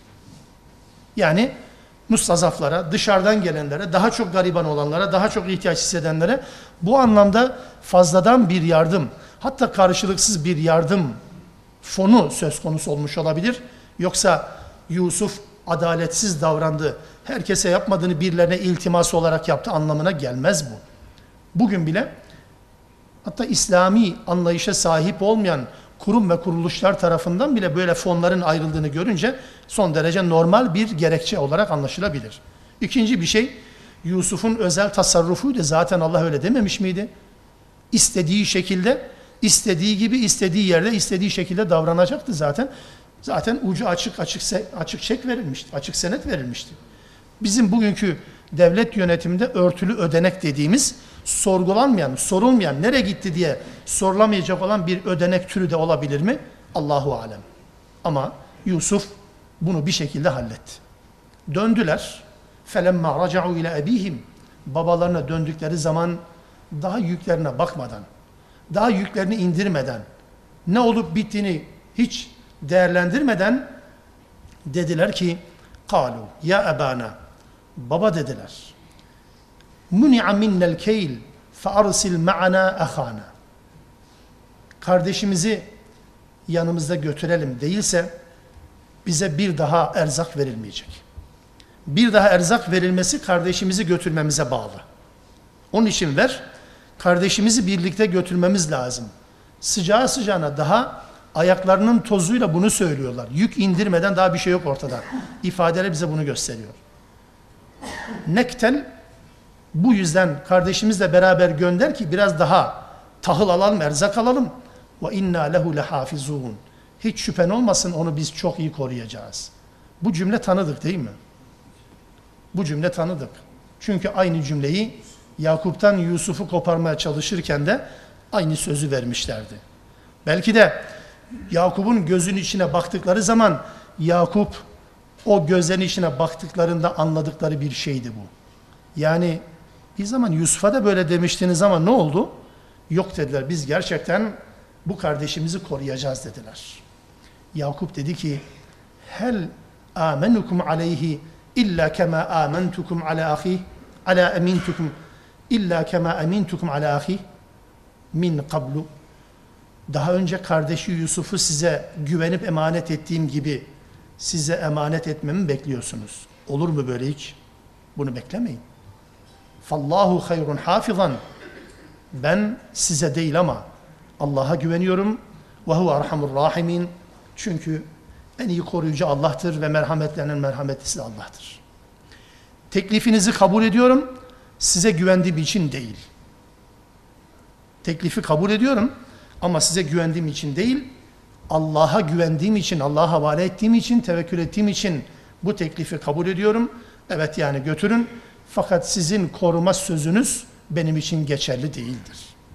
Yani mustazaflara, dışarıdan gelenlere, daha çok gariban olanlara, daha çok ihtiyaç hissedenlere bu anlamda fazladan bir yardım, hatta karşılıksız bir yardım fonu söz konusu olmuş olabilir. Yoksa Yusuf adaletsiz davrandı, herkese yapmadığını birilerine iltimas olarak yaptı anlamına gelmez bu. Bugün bile hatta İslami anlayışa sahip olmayan kurum ve kuruluşlar tarafından bile böyle fonların ayrıldığını görünce son derece normal bir gerekçe olarak anlaşılabilir. İkinci bir şey, Yusuf'un özel tasarrufuydu. Zaten Allah öyle dememiş miydi? İstediği şekilde, istediği gibi, istediği yerde, istediği şekilde davranacaktı zaten. Zaten ucu açık, açık, açık çek verilmişti, açık senet verilmişti. Bizim bugünkü devlet yönetiminde örtülü ödenek dediğimiz, sorgulanmayan, sorulmayan, nereye gitti diye sorulamayacak olan bir ödenek türü de olabilir mi? Allahu alem. Ama Yusuf bunu bir şekilde halletti. Döndüler. فَلَمَّا رَجَعُوا اِلَى اَب۪يهِمْ Babalarına döndükleri zaman daha yüklerine bakmadan, daha yüklerini indirmeden, ne olup bittiğini hiç değerlendirmeden dediler ki قَالُوا ya ebana Baba dediler. مُنِعَ مِنَّ الْكَيْلِ فَأَرْسِلْ مَعَنَا اَخَانَا Kardeşimizi yanımızda götürelim değilse bize bir daha erzak verilmeyecek. Bir daha erzak verilmesi kardeşimizi götürmemize bağlı. Onun için ver, kardeşimizi birlikte götürmemiz lazım. Sıcağı sıcağına daha ayaklarının tozuyla bunu söylüyorlar. Yük indirmeden daha bir şey yok ortada. İfadeler bize bunu gösteriyor. Nektel, bu yüzden kardeşimizle beraber gönder ki biraz daha tahıl alalım, erzak alalım. Ve inna lehu lehafizun. Hiç şüphen olmasın, onu biz çok iyi koruyacağız. Bu cümle tanıdık değil mi? Bu cümle tanıdık. Çünkü aynı cümleyi Yakup'tan Yusuf'u koparmaya çalışırken de aynı sözü vermişlerdi. Belki de Yakup'un gözünün içine baktıkları zaman Yakup o gözlerin içine baktıklarında anladıkları bir şeydi bu. Yani bir zaman Yusuf'a da böyle demiştiniz ama ne oldu? Yok dediler, biz gerçekten bu kardeşimizi koruyacağız dediler. Yakup dedi ki hel amenukum aleyhi illa kema amentukum ala ahi ala emintukum illa kema emintukum ala ahi min qablu. Daha önce kardeşi Yusuf'u size güvenip emanet ettiğim gibi size emanet etmemi bekliyorsunuz. Olur mu böyle hiç? Bunu beklemeyin. Fallahu hayrun hafizan. Ben size değil ama Allah'a güveniyorum. Ve huve erhamur rahimin. Çünkü en iyi koruyucu Allah'tır ve merhametlerinin merhametlisi de Allah'tır. Teklifinizi kabul ediyorum. Size güvendiğim için değil. Teklifi kabul ediyorum ama size güvendiğim için değil, Allah'a güvendiğim için, Allah'a havale ettiğim için, tevekkül ettiğim için bu teklifi kabul ediyorum. Evet, yani götürün. Fakat sizin koruma sözünüz benim için geçerli değildir.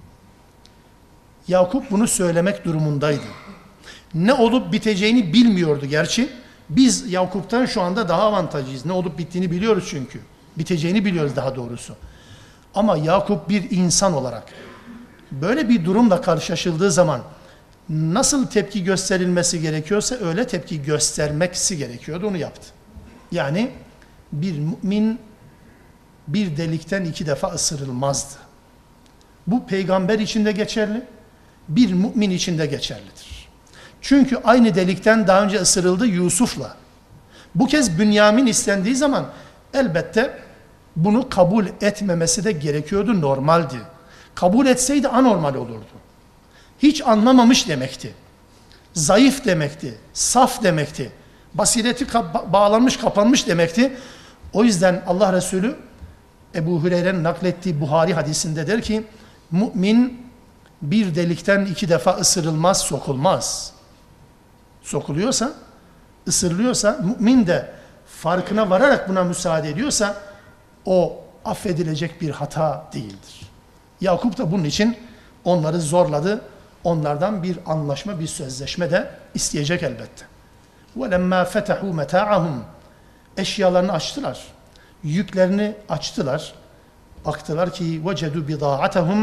Yakup bunu söylemek durumundaydı. Ne olup biteceğini bilmiyordu gerçi. Biz Yakup'tan şu anda daha avantajlıyız. Ne olup bittiğini biliyoruz çünkü. Biteceğini biliyoruz daha doğrusu. Ama Yakup bir insan olarak böyle bir durumla karşılaşıldığı zaman nasıl tepki gösterilmesi gerekiyorsa öyle tepki göstermeksi gerekiyordu, onu yaptı. Yani bir mümin bir delikten iki defa ısırılmazdı. Bu peygamber için de geçerli, bir mümin için de geçerlidir. Çünkü aynı delikten daha önce ısırıldı Yusuf'la. Bu kez Bünyamin istendiği zaman elbette bunu kabul etmemesi de gerekiyordu, normaldi. Kabul etseydi anormal olurdu. Hiç anlamamış demekti. Zayıf demekti, saf demekti. Basireti kap bağlanmış, kapanmış demekti. O yüzden Allah Resulü Ebu Hureyre'nin naklettiği Buhari hadisinde der ki, mümin bir delikten iki defa ısırılmaz, sokulmaz. Sokuluyorsa, ısırılıyorsa, mümin de farkına vararak buna müsaade ediyorsa, o affedilecek bir hata değildir. Yakup da bunun için onları zorladı. Onlardan bir anlaşma, bir sözleşme de isteyecek elbette. وَلَمَّا فَتَحُوا مَتَاعَهُمْ Eşyalarını açtılar. Yüklerini açtılar. Baktılar ki وَجَدُوا بِضَاعَتَهُمْ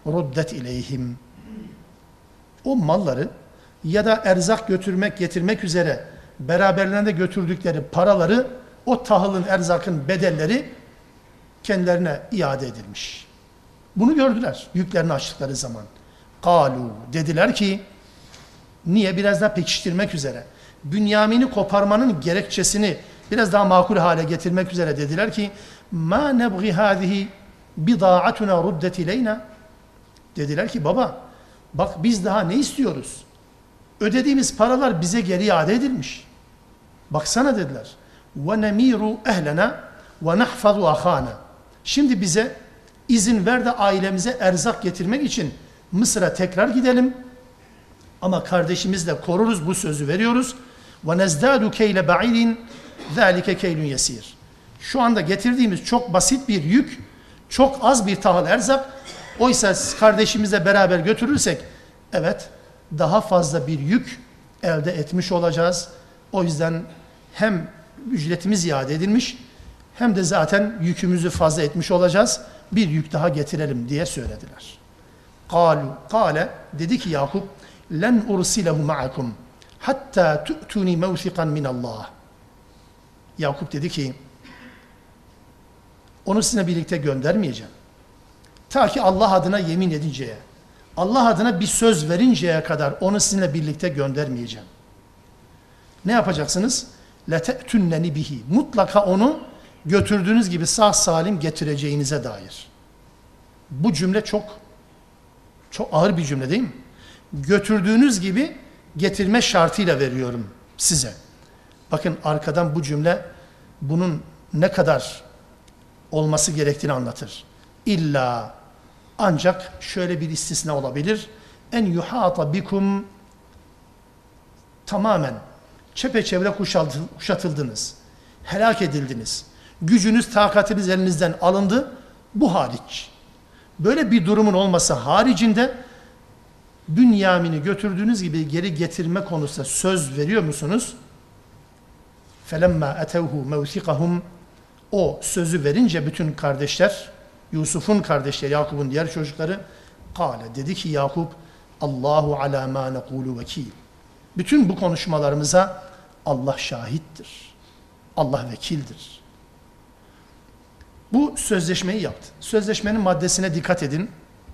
ruddet ileyhim. O malları ya da erzak götürmek getirmek üzere beraberlerinde götürdükleri paraları, o tahılın, erzakın bedelleri kendilerine iade edilmiş. Bunu gördüler yüklerini açtıkları zaman. Kalu, dediler ki, niye? Biraz daha pekiştirmek üzere, Bünyamin'i koparmanın gerekçesini biraz daha makul hale getirmek üzere dediler ki, ma nebgi hâzihi bidâ'atuna ruddet ileyna. Dediler ki, baba bak biz daha ne istiyoruz? Ödediğimiz paralar bize geri iade edilmiş. Baksana dediler. Ve nemiru ehlena ve nahfazu ahana. Şimdi bize izin ver de ailemize erzak getirmek için Mısır'a tekrar gidelim. Ama kardeşimizle koruruz, bu sözü veriyoruz. Ve nezdadu keyle ba'idin zalike keylun yesir. Şu anda getirdiğimiz çok basit bir yük, çok az bir tahıl erzak. Oysa kardeşimizle beraber götürürsek, evet, daha fazla bir yük elde etmiş olacağız. O yüzden hem ücretimiz iade edilmiş, hem de zaten yükümüzü fazla etmiş olacağız. Bir yük daha getirelim diye söylediler. Kalu, kale, dedi ki Yakup, len ursilehu ma'akum hatta tu'tuni mevsikan minallah. Yakup dedi ki, onu sizinle birlikte göndermeyeceğim. Ta ki Allah adına yemin edinceye, Allah adına bir söz verinceye kadar onu sizinle birlikte göndermeyeceğim. Ne yapacaksınız? لَتَأْتُنَّنِ bihi. Mutlaka onu götürdüğünüz gibi sağ salim getireceğinize dair. Bu cümle çok çok ağır bir cümle değil mi? Götürdüğünüz gibi getirme şartıyla veriyorum size. Bakın arkadan bu cümle bunun ne kadar olması gerektiğini anlatır. İlla, ancak şöyle bir istisna olabilir. En yuhata bikum, tamamen çepeçevre kuşatıldınız, helak edildiniz, gücünüz, takatiniz elinizden alındı, bu hariç. Böyle bir durumun olması haricinde Bünyamin'i götürdüğünüz gibi geri getirme konusunda söz veriyor musunuz? فَلَمَّا اَتَوْهُ مَوْثِقَهُمْ. O sözü verince bütün kardeşler, Yusuf'un kardeşleri, Yakup'un diğer çocukları, kâle, dedi ki Yakup, Allahu alâ mâ nekûlü vekîl. Bütün bu konuşmalarımıza Allah şahittir. Allah vekildir. Bu sözleşmeyi yaptı. Sözleşmenin maddesine dikkat edin.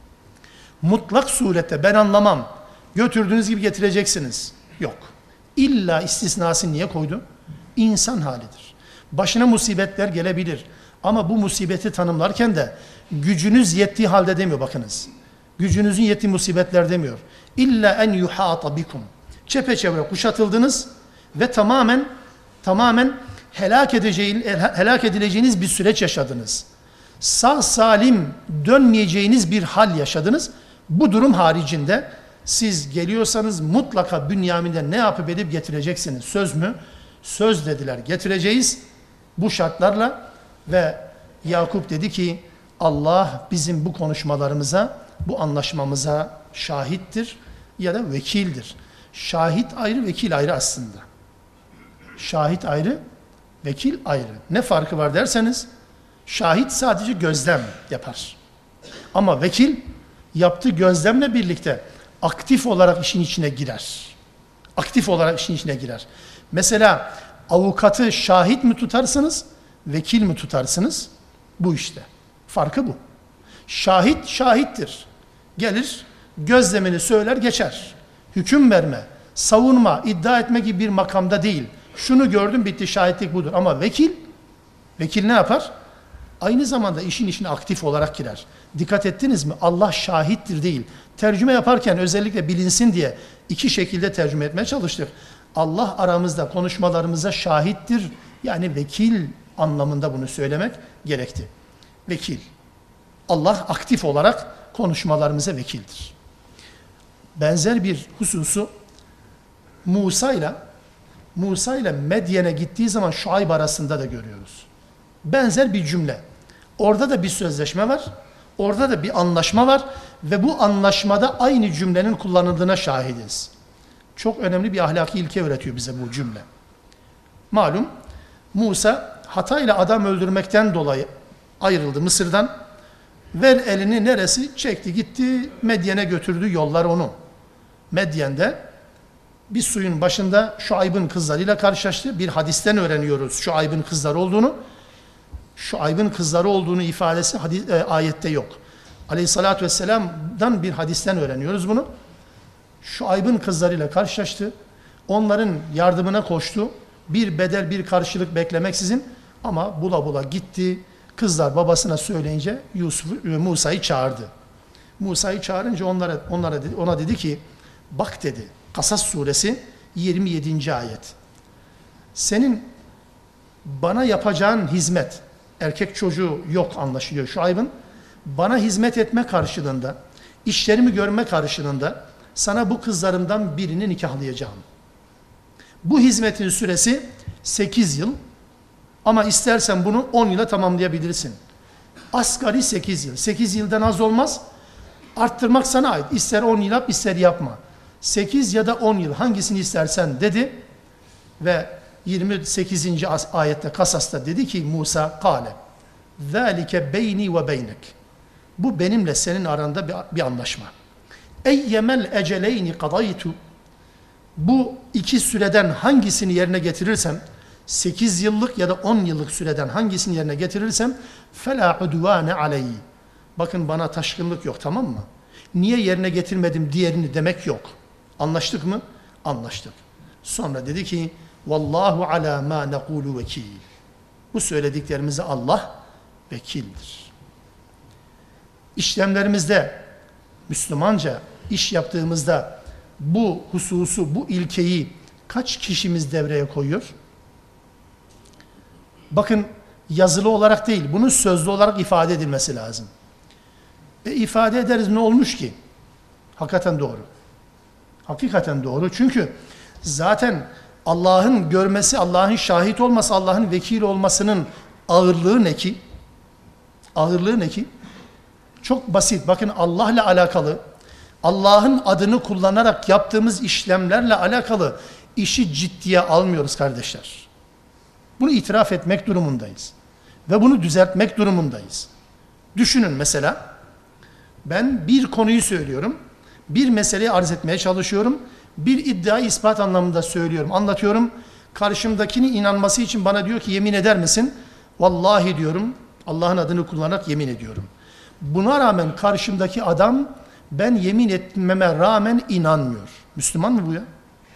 Mutlak surette ben anlamam, götürdüğünüz gibi getireceksiniz. Yok. İlla istisnası niye koydu? İnsan halidir. Başına musibetler gelebilir. Ama bu musibeti tanımlarken de gücünüz yettiği halde demiyor, bakınız. Gücünüzün yettiği musibetler demiyor. İlla en yuhata bikum. Çepeçevre kuşatıldınız ve tamamen tamamen helak edeceğiniz, helak edileceğiniz bir süreç yaşadınız. Sağ salim dönmeyeceğiniz bir hal yaşadınız. Bu durum haricinde siz geliyorsanız mutlaka Bünyamin'den ne yapıp edip getireceksiniz. Söz mü? Söz dediler, getireceğiz bu şartlarla. Ve Yakup dedi ki, Allah bizim bu konuşmalarımıza, bu anlaşmamıza şahittir ya da vekildir. Şahit ayrı, vekil ayrı aslında. Şahit ayrı, vekil ayrı. Ne farkı var derseniz, şahit sadece gözlem yapar. Ama vekil yaptığı gözlemle birlikte aktif olarak işin içine girer. Aktif olarak işin içine girer. Mesela avukatı şahit mi tutarsınız, vekil mi tutarsınız? Bu işte. Farkı bu. Şahit, şahittir. Gelir, gözlemini söyler, geçer. Hüküm verme, savunma, iddia etme gibi bir makamda değil. Şunu gördüm, bitti, şahitlik budur. Ama vekil, vekil ne yapar? Aynı zamanda işin içine aktif olarak girer. Dikkat ettiniz mi? Allah şahittir değil. Tercüme yaparken özellikle bilinsin diye iki şekilde tercüme etmeye çalıştık. Allah aramızda konuşmalarımıza şahittir. Yani vekil anlamında bunu söylemek gerekti. Vekil. Allah aktif olarak konuşmalarımıza vekildir. Benzer bir hususu Musa ile Musa ile Medyen'e gittiği zaman Şuayb arasında da görüyoruz. Benzer bir cümle. Orada da bir sözleşme var. Orada da bir anlaşma var ve bu anlaşmada aynı cümlenin kullanıldığına şahidiz. Çok önemli bir ahlaki ilke öğretiyor bize bu cümle. Malum Musa hatayla adam öldürmekten dolayı ayrıldı Mısır'dan Ver elini neresi? Çekti gitti Medyen'e götürdü yollar onu. Medyen'de bir suyun başında Şuayb'ın kızlarıyla karşılaştı. Bir hadisten öğreniyoruz Şuayb'ın kızları olduğunu. Şuayb'ın kızları olduğunu ifadesi hadis, e, ayette yok. Aleyhissalatü vesselam'dan bir hadisten öğreniyoruz bunu. Şuayb'ın kızlarıyla karşılaştı. Onların yardımına koştu. Bir bedel, bir karşılık beklemeksizin ama bula bula gitti. Kızlar babasına söyleyince Yusuf Musa'yı çağırdı. Musa'yı çağırınca onlara onlara dedi, ona dedi ki bak dedi. Kasas suresi yirmi yedinci ayet. Senin bana yapacağın hizmet, erkek çocuğu yok anlaşılıyor Şuayb'ın. Bana hizmet etme karşılığında, işlerimi görme karşılığında sana bu kızlarımdan birini nikahlayacağım. Bu hizmetin süresi sekiz yıl ama istersen bunu on yıla tamamlayabilirsin. Asgari sekiz yıl. sekiz yıldan az olmaz. Arttırmak sana ait. İster on yıl yap, ister yapma. sekiz ya da on yıl hangisini istersen dedi ve yirmi sekizinci ayette Kasas'ta dedi ki Musa kâle ذَٰلِكَ beyni ve beynek. Bu benimle senin aranda bir, bir anlaşma. اَيَّمَا الْاَجَلَيْنِ قَضَيْتُ. Bu iki süreden hangisini yerine getirirsem, sekiz yıllık ya da on yıllık süreden hangisini yerine getirirsem فَلَا عُدُوَانَ عَلَيْهِ. Bakın bana taşkınlık yok, tamam mı? Niye yerine getirmedim diğerini demek yok. Anlaştık mı? Anlaştık. Sonra dedi ki Vallahu ala ma naqulu vekil. Bu söylediklerimize Allah vekildir. İşlemlerimizde Müslümanca iş yaptığımızda bu hususu, bu ilkeyi kaç kişimiz devreye koyuyor? Bakın yazılı olarak değil, bunun sözlü olarak ifade edilmesi lazım. E ifade ederiz, ne olmuş ki? Hakikaten doğru. Hakikaten doğru. Çünkü zaten Allah'ın görmesi, Allah'ın şahit olması, Allah'ın vekil olmasının ağırlığı ne ki? Ağırlığı ne ki? Çok basit. Bakın Allah'la alakalı, Allah'ın adını kullanarak yaptığımız işlemlerle alakalı işi ciddiye almıyoruz kardeşler. Bunu itiraf etmek durumundayız. Ve bunu düzeltmek durumundayız. Düşünün mesela, ben bir konuyu söylüyorum, bir meseleyi arz etmeye çalışıyorum, bir iddiayı ispat anlamında söylüyorum, anlatıyorum. Karşımdakini inanması için bana diyor ki yemin eder misin? Vallahi diyorum, Allah'ın adını kullanarak yemin ediyorum. Buna rağmen karşımdaki adam ben yemin etmeme rağmen inanmıyor. Müslüman mı bu ya?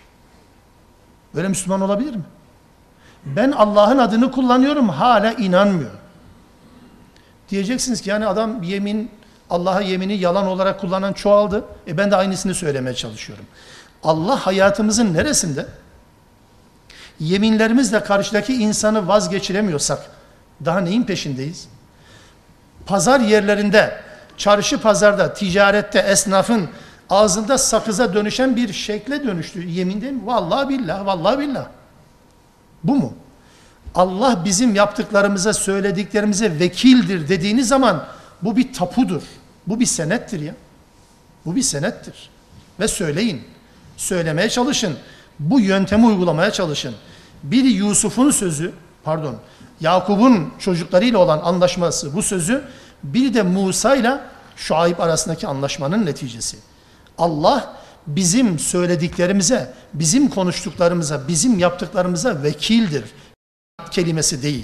Böyle Müslüman olabilir mi? Ben Allah'ın adını kullanıyorum, hala inanmıyor. Diyeceksiniz ki yani adam yemin, Allah'a yemini yalan olarak kullanan çoğaldı. E ben de aynısını söylemeye çalışıyorum. Allah hayatımızın neresinde? Yeminlerimizle karşıdaki insanı vazgeçiremiyorsak daha neyin peşindeyiz? Pazar yerlerinde, çarşı pazarda, ticarette, esnafın ağzında sakıza dönüşen bir şekle dönüştü. Yemin değil mi? Vallahi billah, vallahi billah. Bu mu? Allah bizim yaptıklarımıza, söylediklerimize vekildir dediğiniz zaman bu bir tapudur. Bu bir senettir ya. Bu bir senettir. Ve söyleyin. Söylemeye çalışın. Bu yöntemi uygulamaya çalışın. Biri Yusuf'un sözü, pardon, Yakup'un çocuklarıyla olan anlaşması bu sözü, biri de Musa ile Şuayb arasındaki anlaşmanın neticesi. Allah bizim söylediklerimize, bizim konuştuklarımıza, bizim yaptıklarımıza vekildir. Kelimesi değil.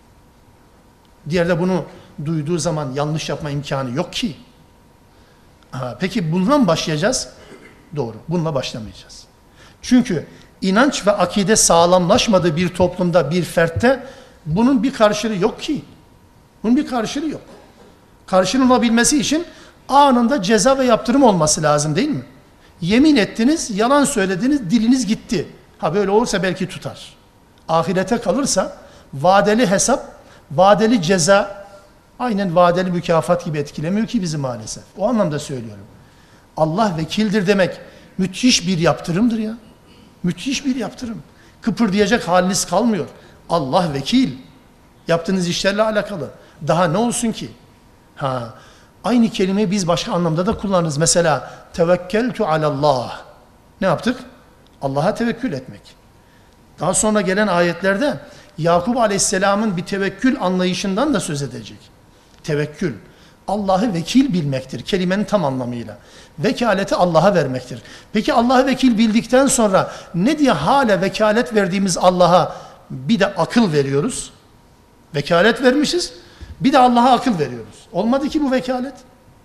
Diğer de bunu duyduğu zaman yanlış yapma imkanı yok ki. Ha, peki bununla mı başlayacağız? Doğru. Bununla başlamayacağız. Çünkü inanç ve akide sağlamlaşmadığı bir toplumda, bir fertte bunun bir karşılığı yok ki. Bunun bir karşılığı yok. Karşılığın olabilmesi için anında ceza ve yaptırım olması lazım değil mi? Yemin ettiniz, yalan söylediniz, diliniz gitti. Ha böyle olursa belki tutar. Ahirete kalırsa vadeli hesap, vadeli ceza aynen vadeli mükafat gibi etkilemiyor ki bizi maalesef. O anlamda söylüyorum. Allah vekildir demek müthiş bir yaptırımdır ya. Müthiş bir yaptırım. Kıpırdayacak haliniz kalmıyor. Allah vekil. Yaptığınız işlerle alakalı. Daha ne olsun ki? Ha, aynı kelimeyi biz başka anlamda da kullanırız. Mesela tevekkeltu alallah. Ne yaptık? Allah'a tevekkül etmek. Daha sonra gelen ayetlerde Yakup Aleyhisselam'ın bir tevekkül anlayışından da söz edecek. Tevekkül. Allah'ı vekil bilmektir kelimenin tam anlamıyla. Vekaleti Allah'a vermektir. Peki Allah'ı vekil bildikten sonra ne diye hala vekalet verdiğimiz Allah'a bir de akıl veriyoruz? Vekalet vermişiz, bir de Allah'a akıl veriyoruz. Olmadı ki bu vekalet.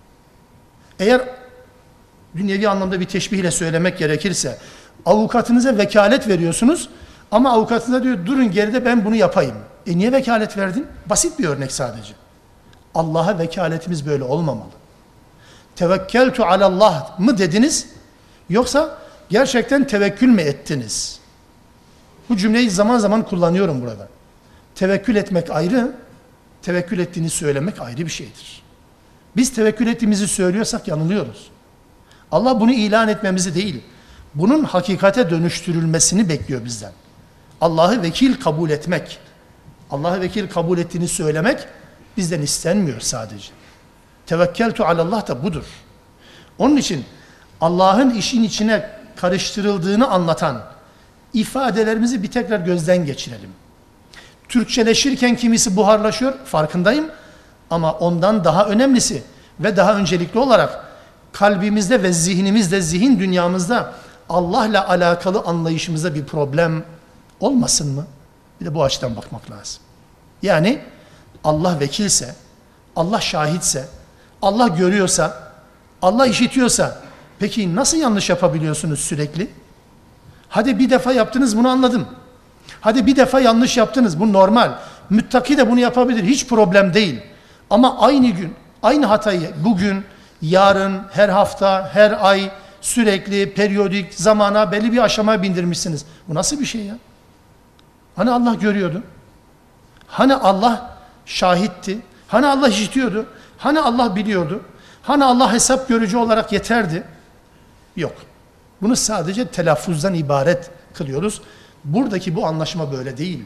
Eğer dünyevi anlamda bir teşbihle söylemek gerekirse, avukatınıza vekalet veriyorsunuz ama avukatınıza diyor durun geride ben bunu yapayım. E niye vekalet verdin? Basit bir örnek sadece. Allah'a vekaletimiz böyle olmamalı. Tevekkeltu alallah mı dediniz? Yoksa gerçekten tevekkül mü ettiniz? Bu cümleyi zaman zaman kullanıyorum burada. Tevekkül etmek ayrı, tevekkül ettiğini söylemek ayrı bir şeydir. Biz tevekkül ettiğimizi söylüyorsak yanılıyoruz. Allah bunu ilan etmemizi değil, bunun hakikate dönüştürülmesini bekliyor bizden. Allah'ı vekil kabul etmek, Allah'ı vekil kabul ettiğini söylemek bizden istenmiyor sadece. Tevekkeltu alallah da budur. Onun için Allah'ın işin içine karıştırıldığını anlatan ifadelerimizi bir tekrar gözden geçirelim. Türkçeleşirken kimisi buharlaşıyor, farkındayım. Ama ondan daha önemlisi ve daha öncelikli olarak kalbimizde ve zihnimizde, zihin dünyamızda Allah'la alakalı anlayışımızda bir problem olmasın mı? Bir de bu açıdan bakmak lazım. Yani Allah vekilse, Allah şahitse, Allah görüyorsa, Allah işitiyorsa, peki nasıl yanlış yapabiliyorsunuz sürekli? Hadi bir defa yaptınız, bunu anladım. Hadi bir defa yanlış yaptınız, bu normal. Müttaki de bunu yapabilir, hiç problem değil. Ama aynı gün, aynı hatayı bugün, yarın, her hafta, her ay, sürekli, periyodik, zamana, belli bir aşamaya bindirmişsiniz. Bu nasıl bir şey ya? Hani Allah görüyordu? Hani Allah şahitti? Hani Allah işitiyordu? Hani Allah biliyordu? Hani Allah hesap görücü olarak yeterdi? Yok. Bunu sadece telaffuzdan ibaret kılıyoruz. Buradaki bu anlaşma böyle değil.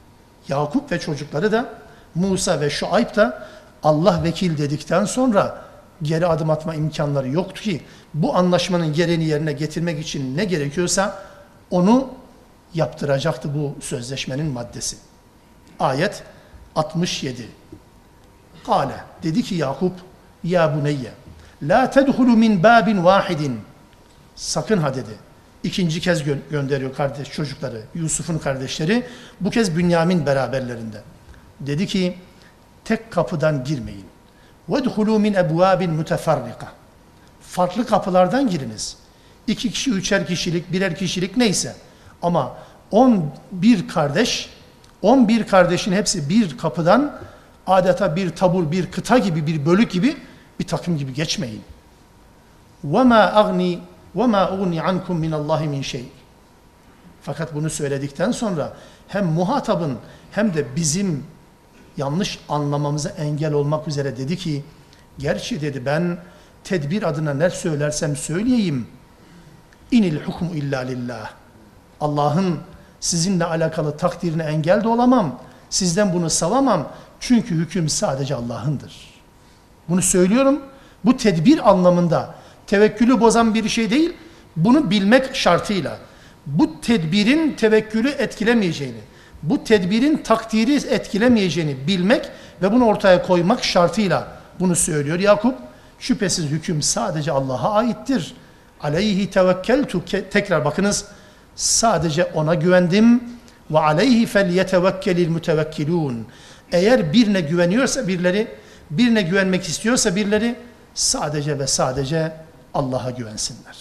Yakup ve çocukları da, Musa ve Şuayb da Allah vekil dedikten sonra geri adım atma imkanları yoktu ki bu anlaşmanın gereğini yerine getirmek için ne gerekiyorsa onu yaptıracaktı bu sözleşmenin maddesi. Ayet altmış yedi. Kale, dedi ki Yakup, ya buneyye, la tedhulu min babin vahidin. Sakın ha dedi. İkinci kez gö gönderiyor kardeş çocukları, Yusuf'un kardeşleri. Bu kez Bünyamin beraberlerinde. Dedi ki, tek kapıdan girmeyin. وَدْخُلُوا مِنْ اَبْوَابٍ مُتَفَرِّقَةٍ. Farklı kapılardan giriniz. İki kişi, üçer kişilik, birer kişilik neyse. Ama on bir kardeş, on bir kardeşin hepsi bir kapıdan adeta bir tabur, bir kıta gibi, bir bölük gibi, bir takım gibi geçmeyin. وَمَا أَغْنِي وَمَا اُغْنِي عَنْكُمْ مِنَ اللّٰهِ مِنْ شَيْءٍ. Fakat bunu söyledikten sonra hem muhatabın hem de bizim yanlış anlamamıza engel olmak üzere dedi ki, gerçi dedi ben tedbir adına ne söylersem söyleyeyim, inil hukmu illa lillah. Allah'ın sizinle alakalı takdirine engel de olamam, sizden bunu savamam, çünkü hüküm sadece Allah'ındır. Bunu söylüyorum, bu tedbir anlamında tevekkülü bozan bir şey değil, bunu bilmek şartıyla, bu tedbirin tevekkülü etkilemeyeceğini, bu tedbirin takdiri etkilemeyeceğini bilmek ve bunu ortaya koymak şartıyla bunu söylüyor Yakup. Şüphesiz hüküm sadece Allah'a aittir. Aleyhi tevekkeltu. Tekrar bakınız. Sadece ona güvendim. Ve aleyhi felyetevekkelil mutevekkilun. Eğer birine güveniyorsa birileri, birine güvenmek istiyorsa birileri sadece ve sadece Allah'a güvensinler.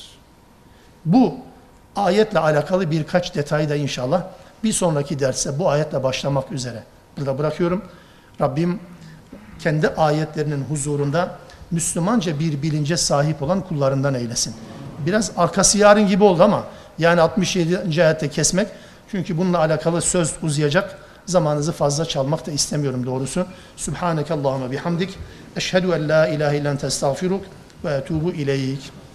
Bu ayetle alakalı birkaç detayı da inşallah bir sonraki derse bu ayetle başlamak üzere burada bırakıyorum. Rabbim kendi ayetlerinin huzurunda Müslümanca bir bilince sahip olan kullarından eylesin. Biraz arkası yarın gibi oldu ama yani altmış yedinci ayette kesmek, çünkü bununla alakalı söz uzayacak. Zamanınızı fazla çalmak da istemiyorum doğrusu. Subhaneke Allahümme bihamdik. Eşhedü en la ilahe illen testağfiruk ve etubu ileyk.